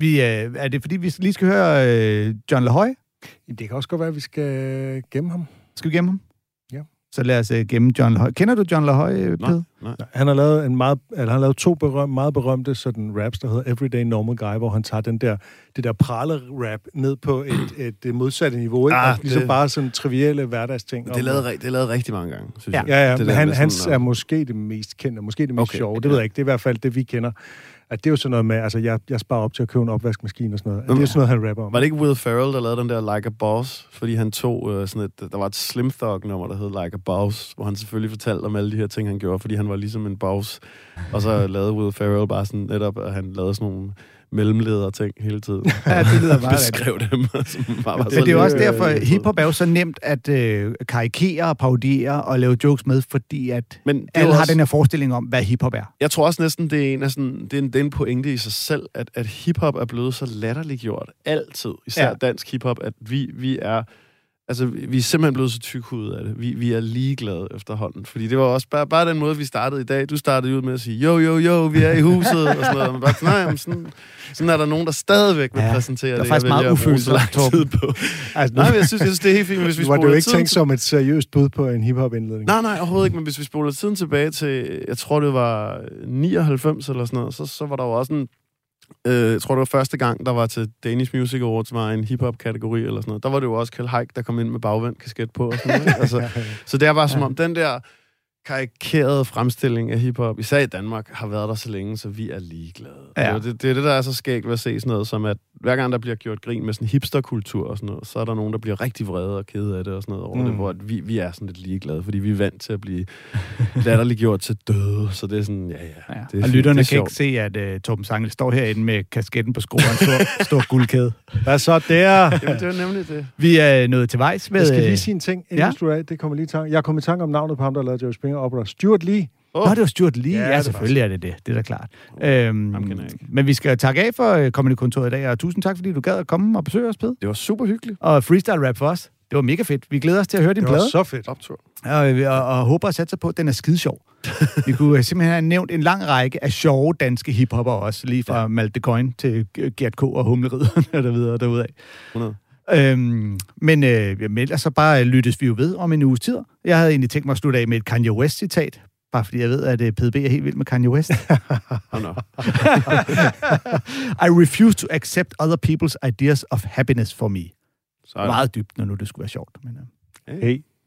Er det fordi, vi lige skal høre John LaHoy? Det kan også godt være, at vi skal gemme ham. Skal vi gemme ham? Ja. Så lad os gemme John LaHoy. Kender du John LaHoy, Pede? Nej. Han har lavet to meget berømte sådan raps, der hedder Everyday Normal Guy, hvor han tager det der prale-rap ned på et modsatte niveau, ikke? Ligesom bare sådan trivielle hverdagsting. Det er lavet rigtig mange gange, synes jeg. Ja, men hans er måske det mest kendte, måske det mest sjove. Det ved jeg ikke. Det er i hvert fald det, vi kender. At det er jo sådan noget med, altså jeg sparer op til at købe en opvaskemaskine og sådan noget. Det er jo sådan noget, han rapper om. Var det ikke Will Ferrell, der lavede den der Like a Boss? Fordi han tog sådan der var et Slim Thug-nummer, der hed Like a Boss, hvor han selvfølgelig fortalte om alle de her ting, han gjorde, fordi han var ligesom en boss. Og så lavede Will Ferrell bare sådan netop, at han lavede sådan nogle mellemledere ting hele tiden. Ja, det lyder meget beskrev dem. Det er jo også derfor, hiphop er jo så nemt at karikere og parodiere og lave jokes med, fordi at alle har den her forestilling om, hvad hiphop er. Jeg tror også næsten, det er en pointe i sig selv, at hiphop er blevet så latterliggjort altid, især dansk hiphop, at vi er... Altså, vi er simpelthen blevet så tykhudet af det. Vi er ligeglade efterhånden. Fordi det var også bare den måde, vi startede i dag. Du startede ud med at sige, jo, vi er i huset, og sådan noget. Men bare, sådan er der nogen, der stadigvæk vil præsentere det. Det er faktisk meget ufølsomt tid på. Altså, nej, men jeg synes, det er helt fint, hvis vi spoler tiden... Var det jo ikke tænkt som et seriøst bud på en hiphop-indledning? Nej, overhovedet ikke. Men hvis vi spoler tiden tilbage til, jeg tror, det var 99 eller sådan noget, så var der jo også en... Jeg tror, det var første gang, der var til Danish Music Awards, var en hip-hop-kategori eller sådan noget. Der var det jo også Kjell Haik, der kom ind med bagvendt kasket på og sådan noget. Altså, så det er bare som om, den der karikerede fremstilling af hiphop, især i Danmark, har været der så længe, så vi er ligeglade. Ja. Det er det, der er så skægt ved at se sådan noget, som at hver gang der bliver gjort grin med sådan hipsterkultur og sådan noget, så er der nogen, der bliver rigtig vrede og kede af det og sådan noget over det, hvor vi er sådan lidt ligeglade, fordi vi er vant til at blive latterliggjort til døde, så det er sådan, det er og lytterne kan ikke se, at Torben Sangel står herinde med kasketten på skoen, stor guldkæde. Hvad så der? Jamen, det var nemlig det. Vi er nået til vejs med... Jeg skal lige sige en ting, inden du det kommer lige i tanke. Jeg kom i tanke om navnet på ham, der lavede Jerry Springer Opera. Stuart Lee. Nå, det var Stuart Lee. Ja, Ja, det selvfølgelig er det det. Det er da klart. Men vi skal takke af for Comedy-kontoret i dag, og tusind tak, fordi du gad at komme og besøge os, Pede. Det var super hyggeligt. Og freestyle rap for os. Det var mega fedt. Vi glæder os til at høre din plade. Det var så fedt. Optur. Og håber at satse på, at den er skide sjov. Vi kunne simpelthen have nævnt en lang række af sjove danske hiphopper også, lige fra Malte Coyne til Gert K. og Humleriderne og der videre derudad. 100. Men ellers så bare lyttes vi jo ved om en uges tid. Jeg havde egentlig tænkt mig at slutte af med et Kanye West-citat, bare fordi jeg ved, at PDB er helt vild med Kanye West. I refuse to accept other people's ideas of happiness for me. Meget dybt, når nu det skulle være sjovt. Men, Hey.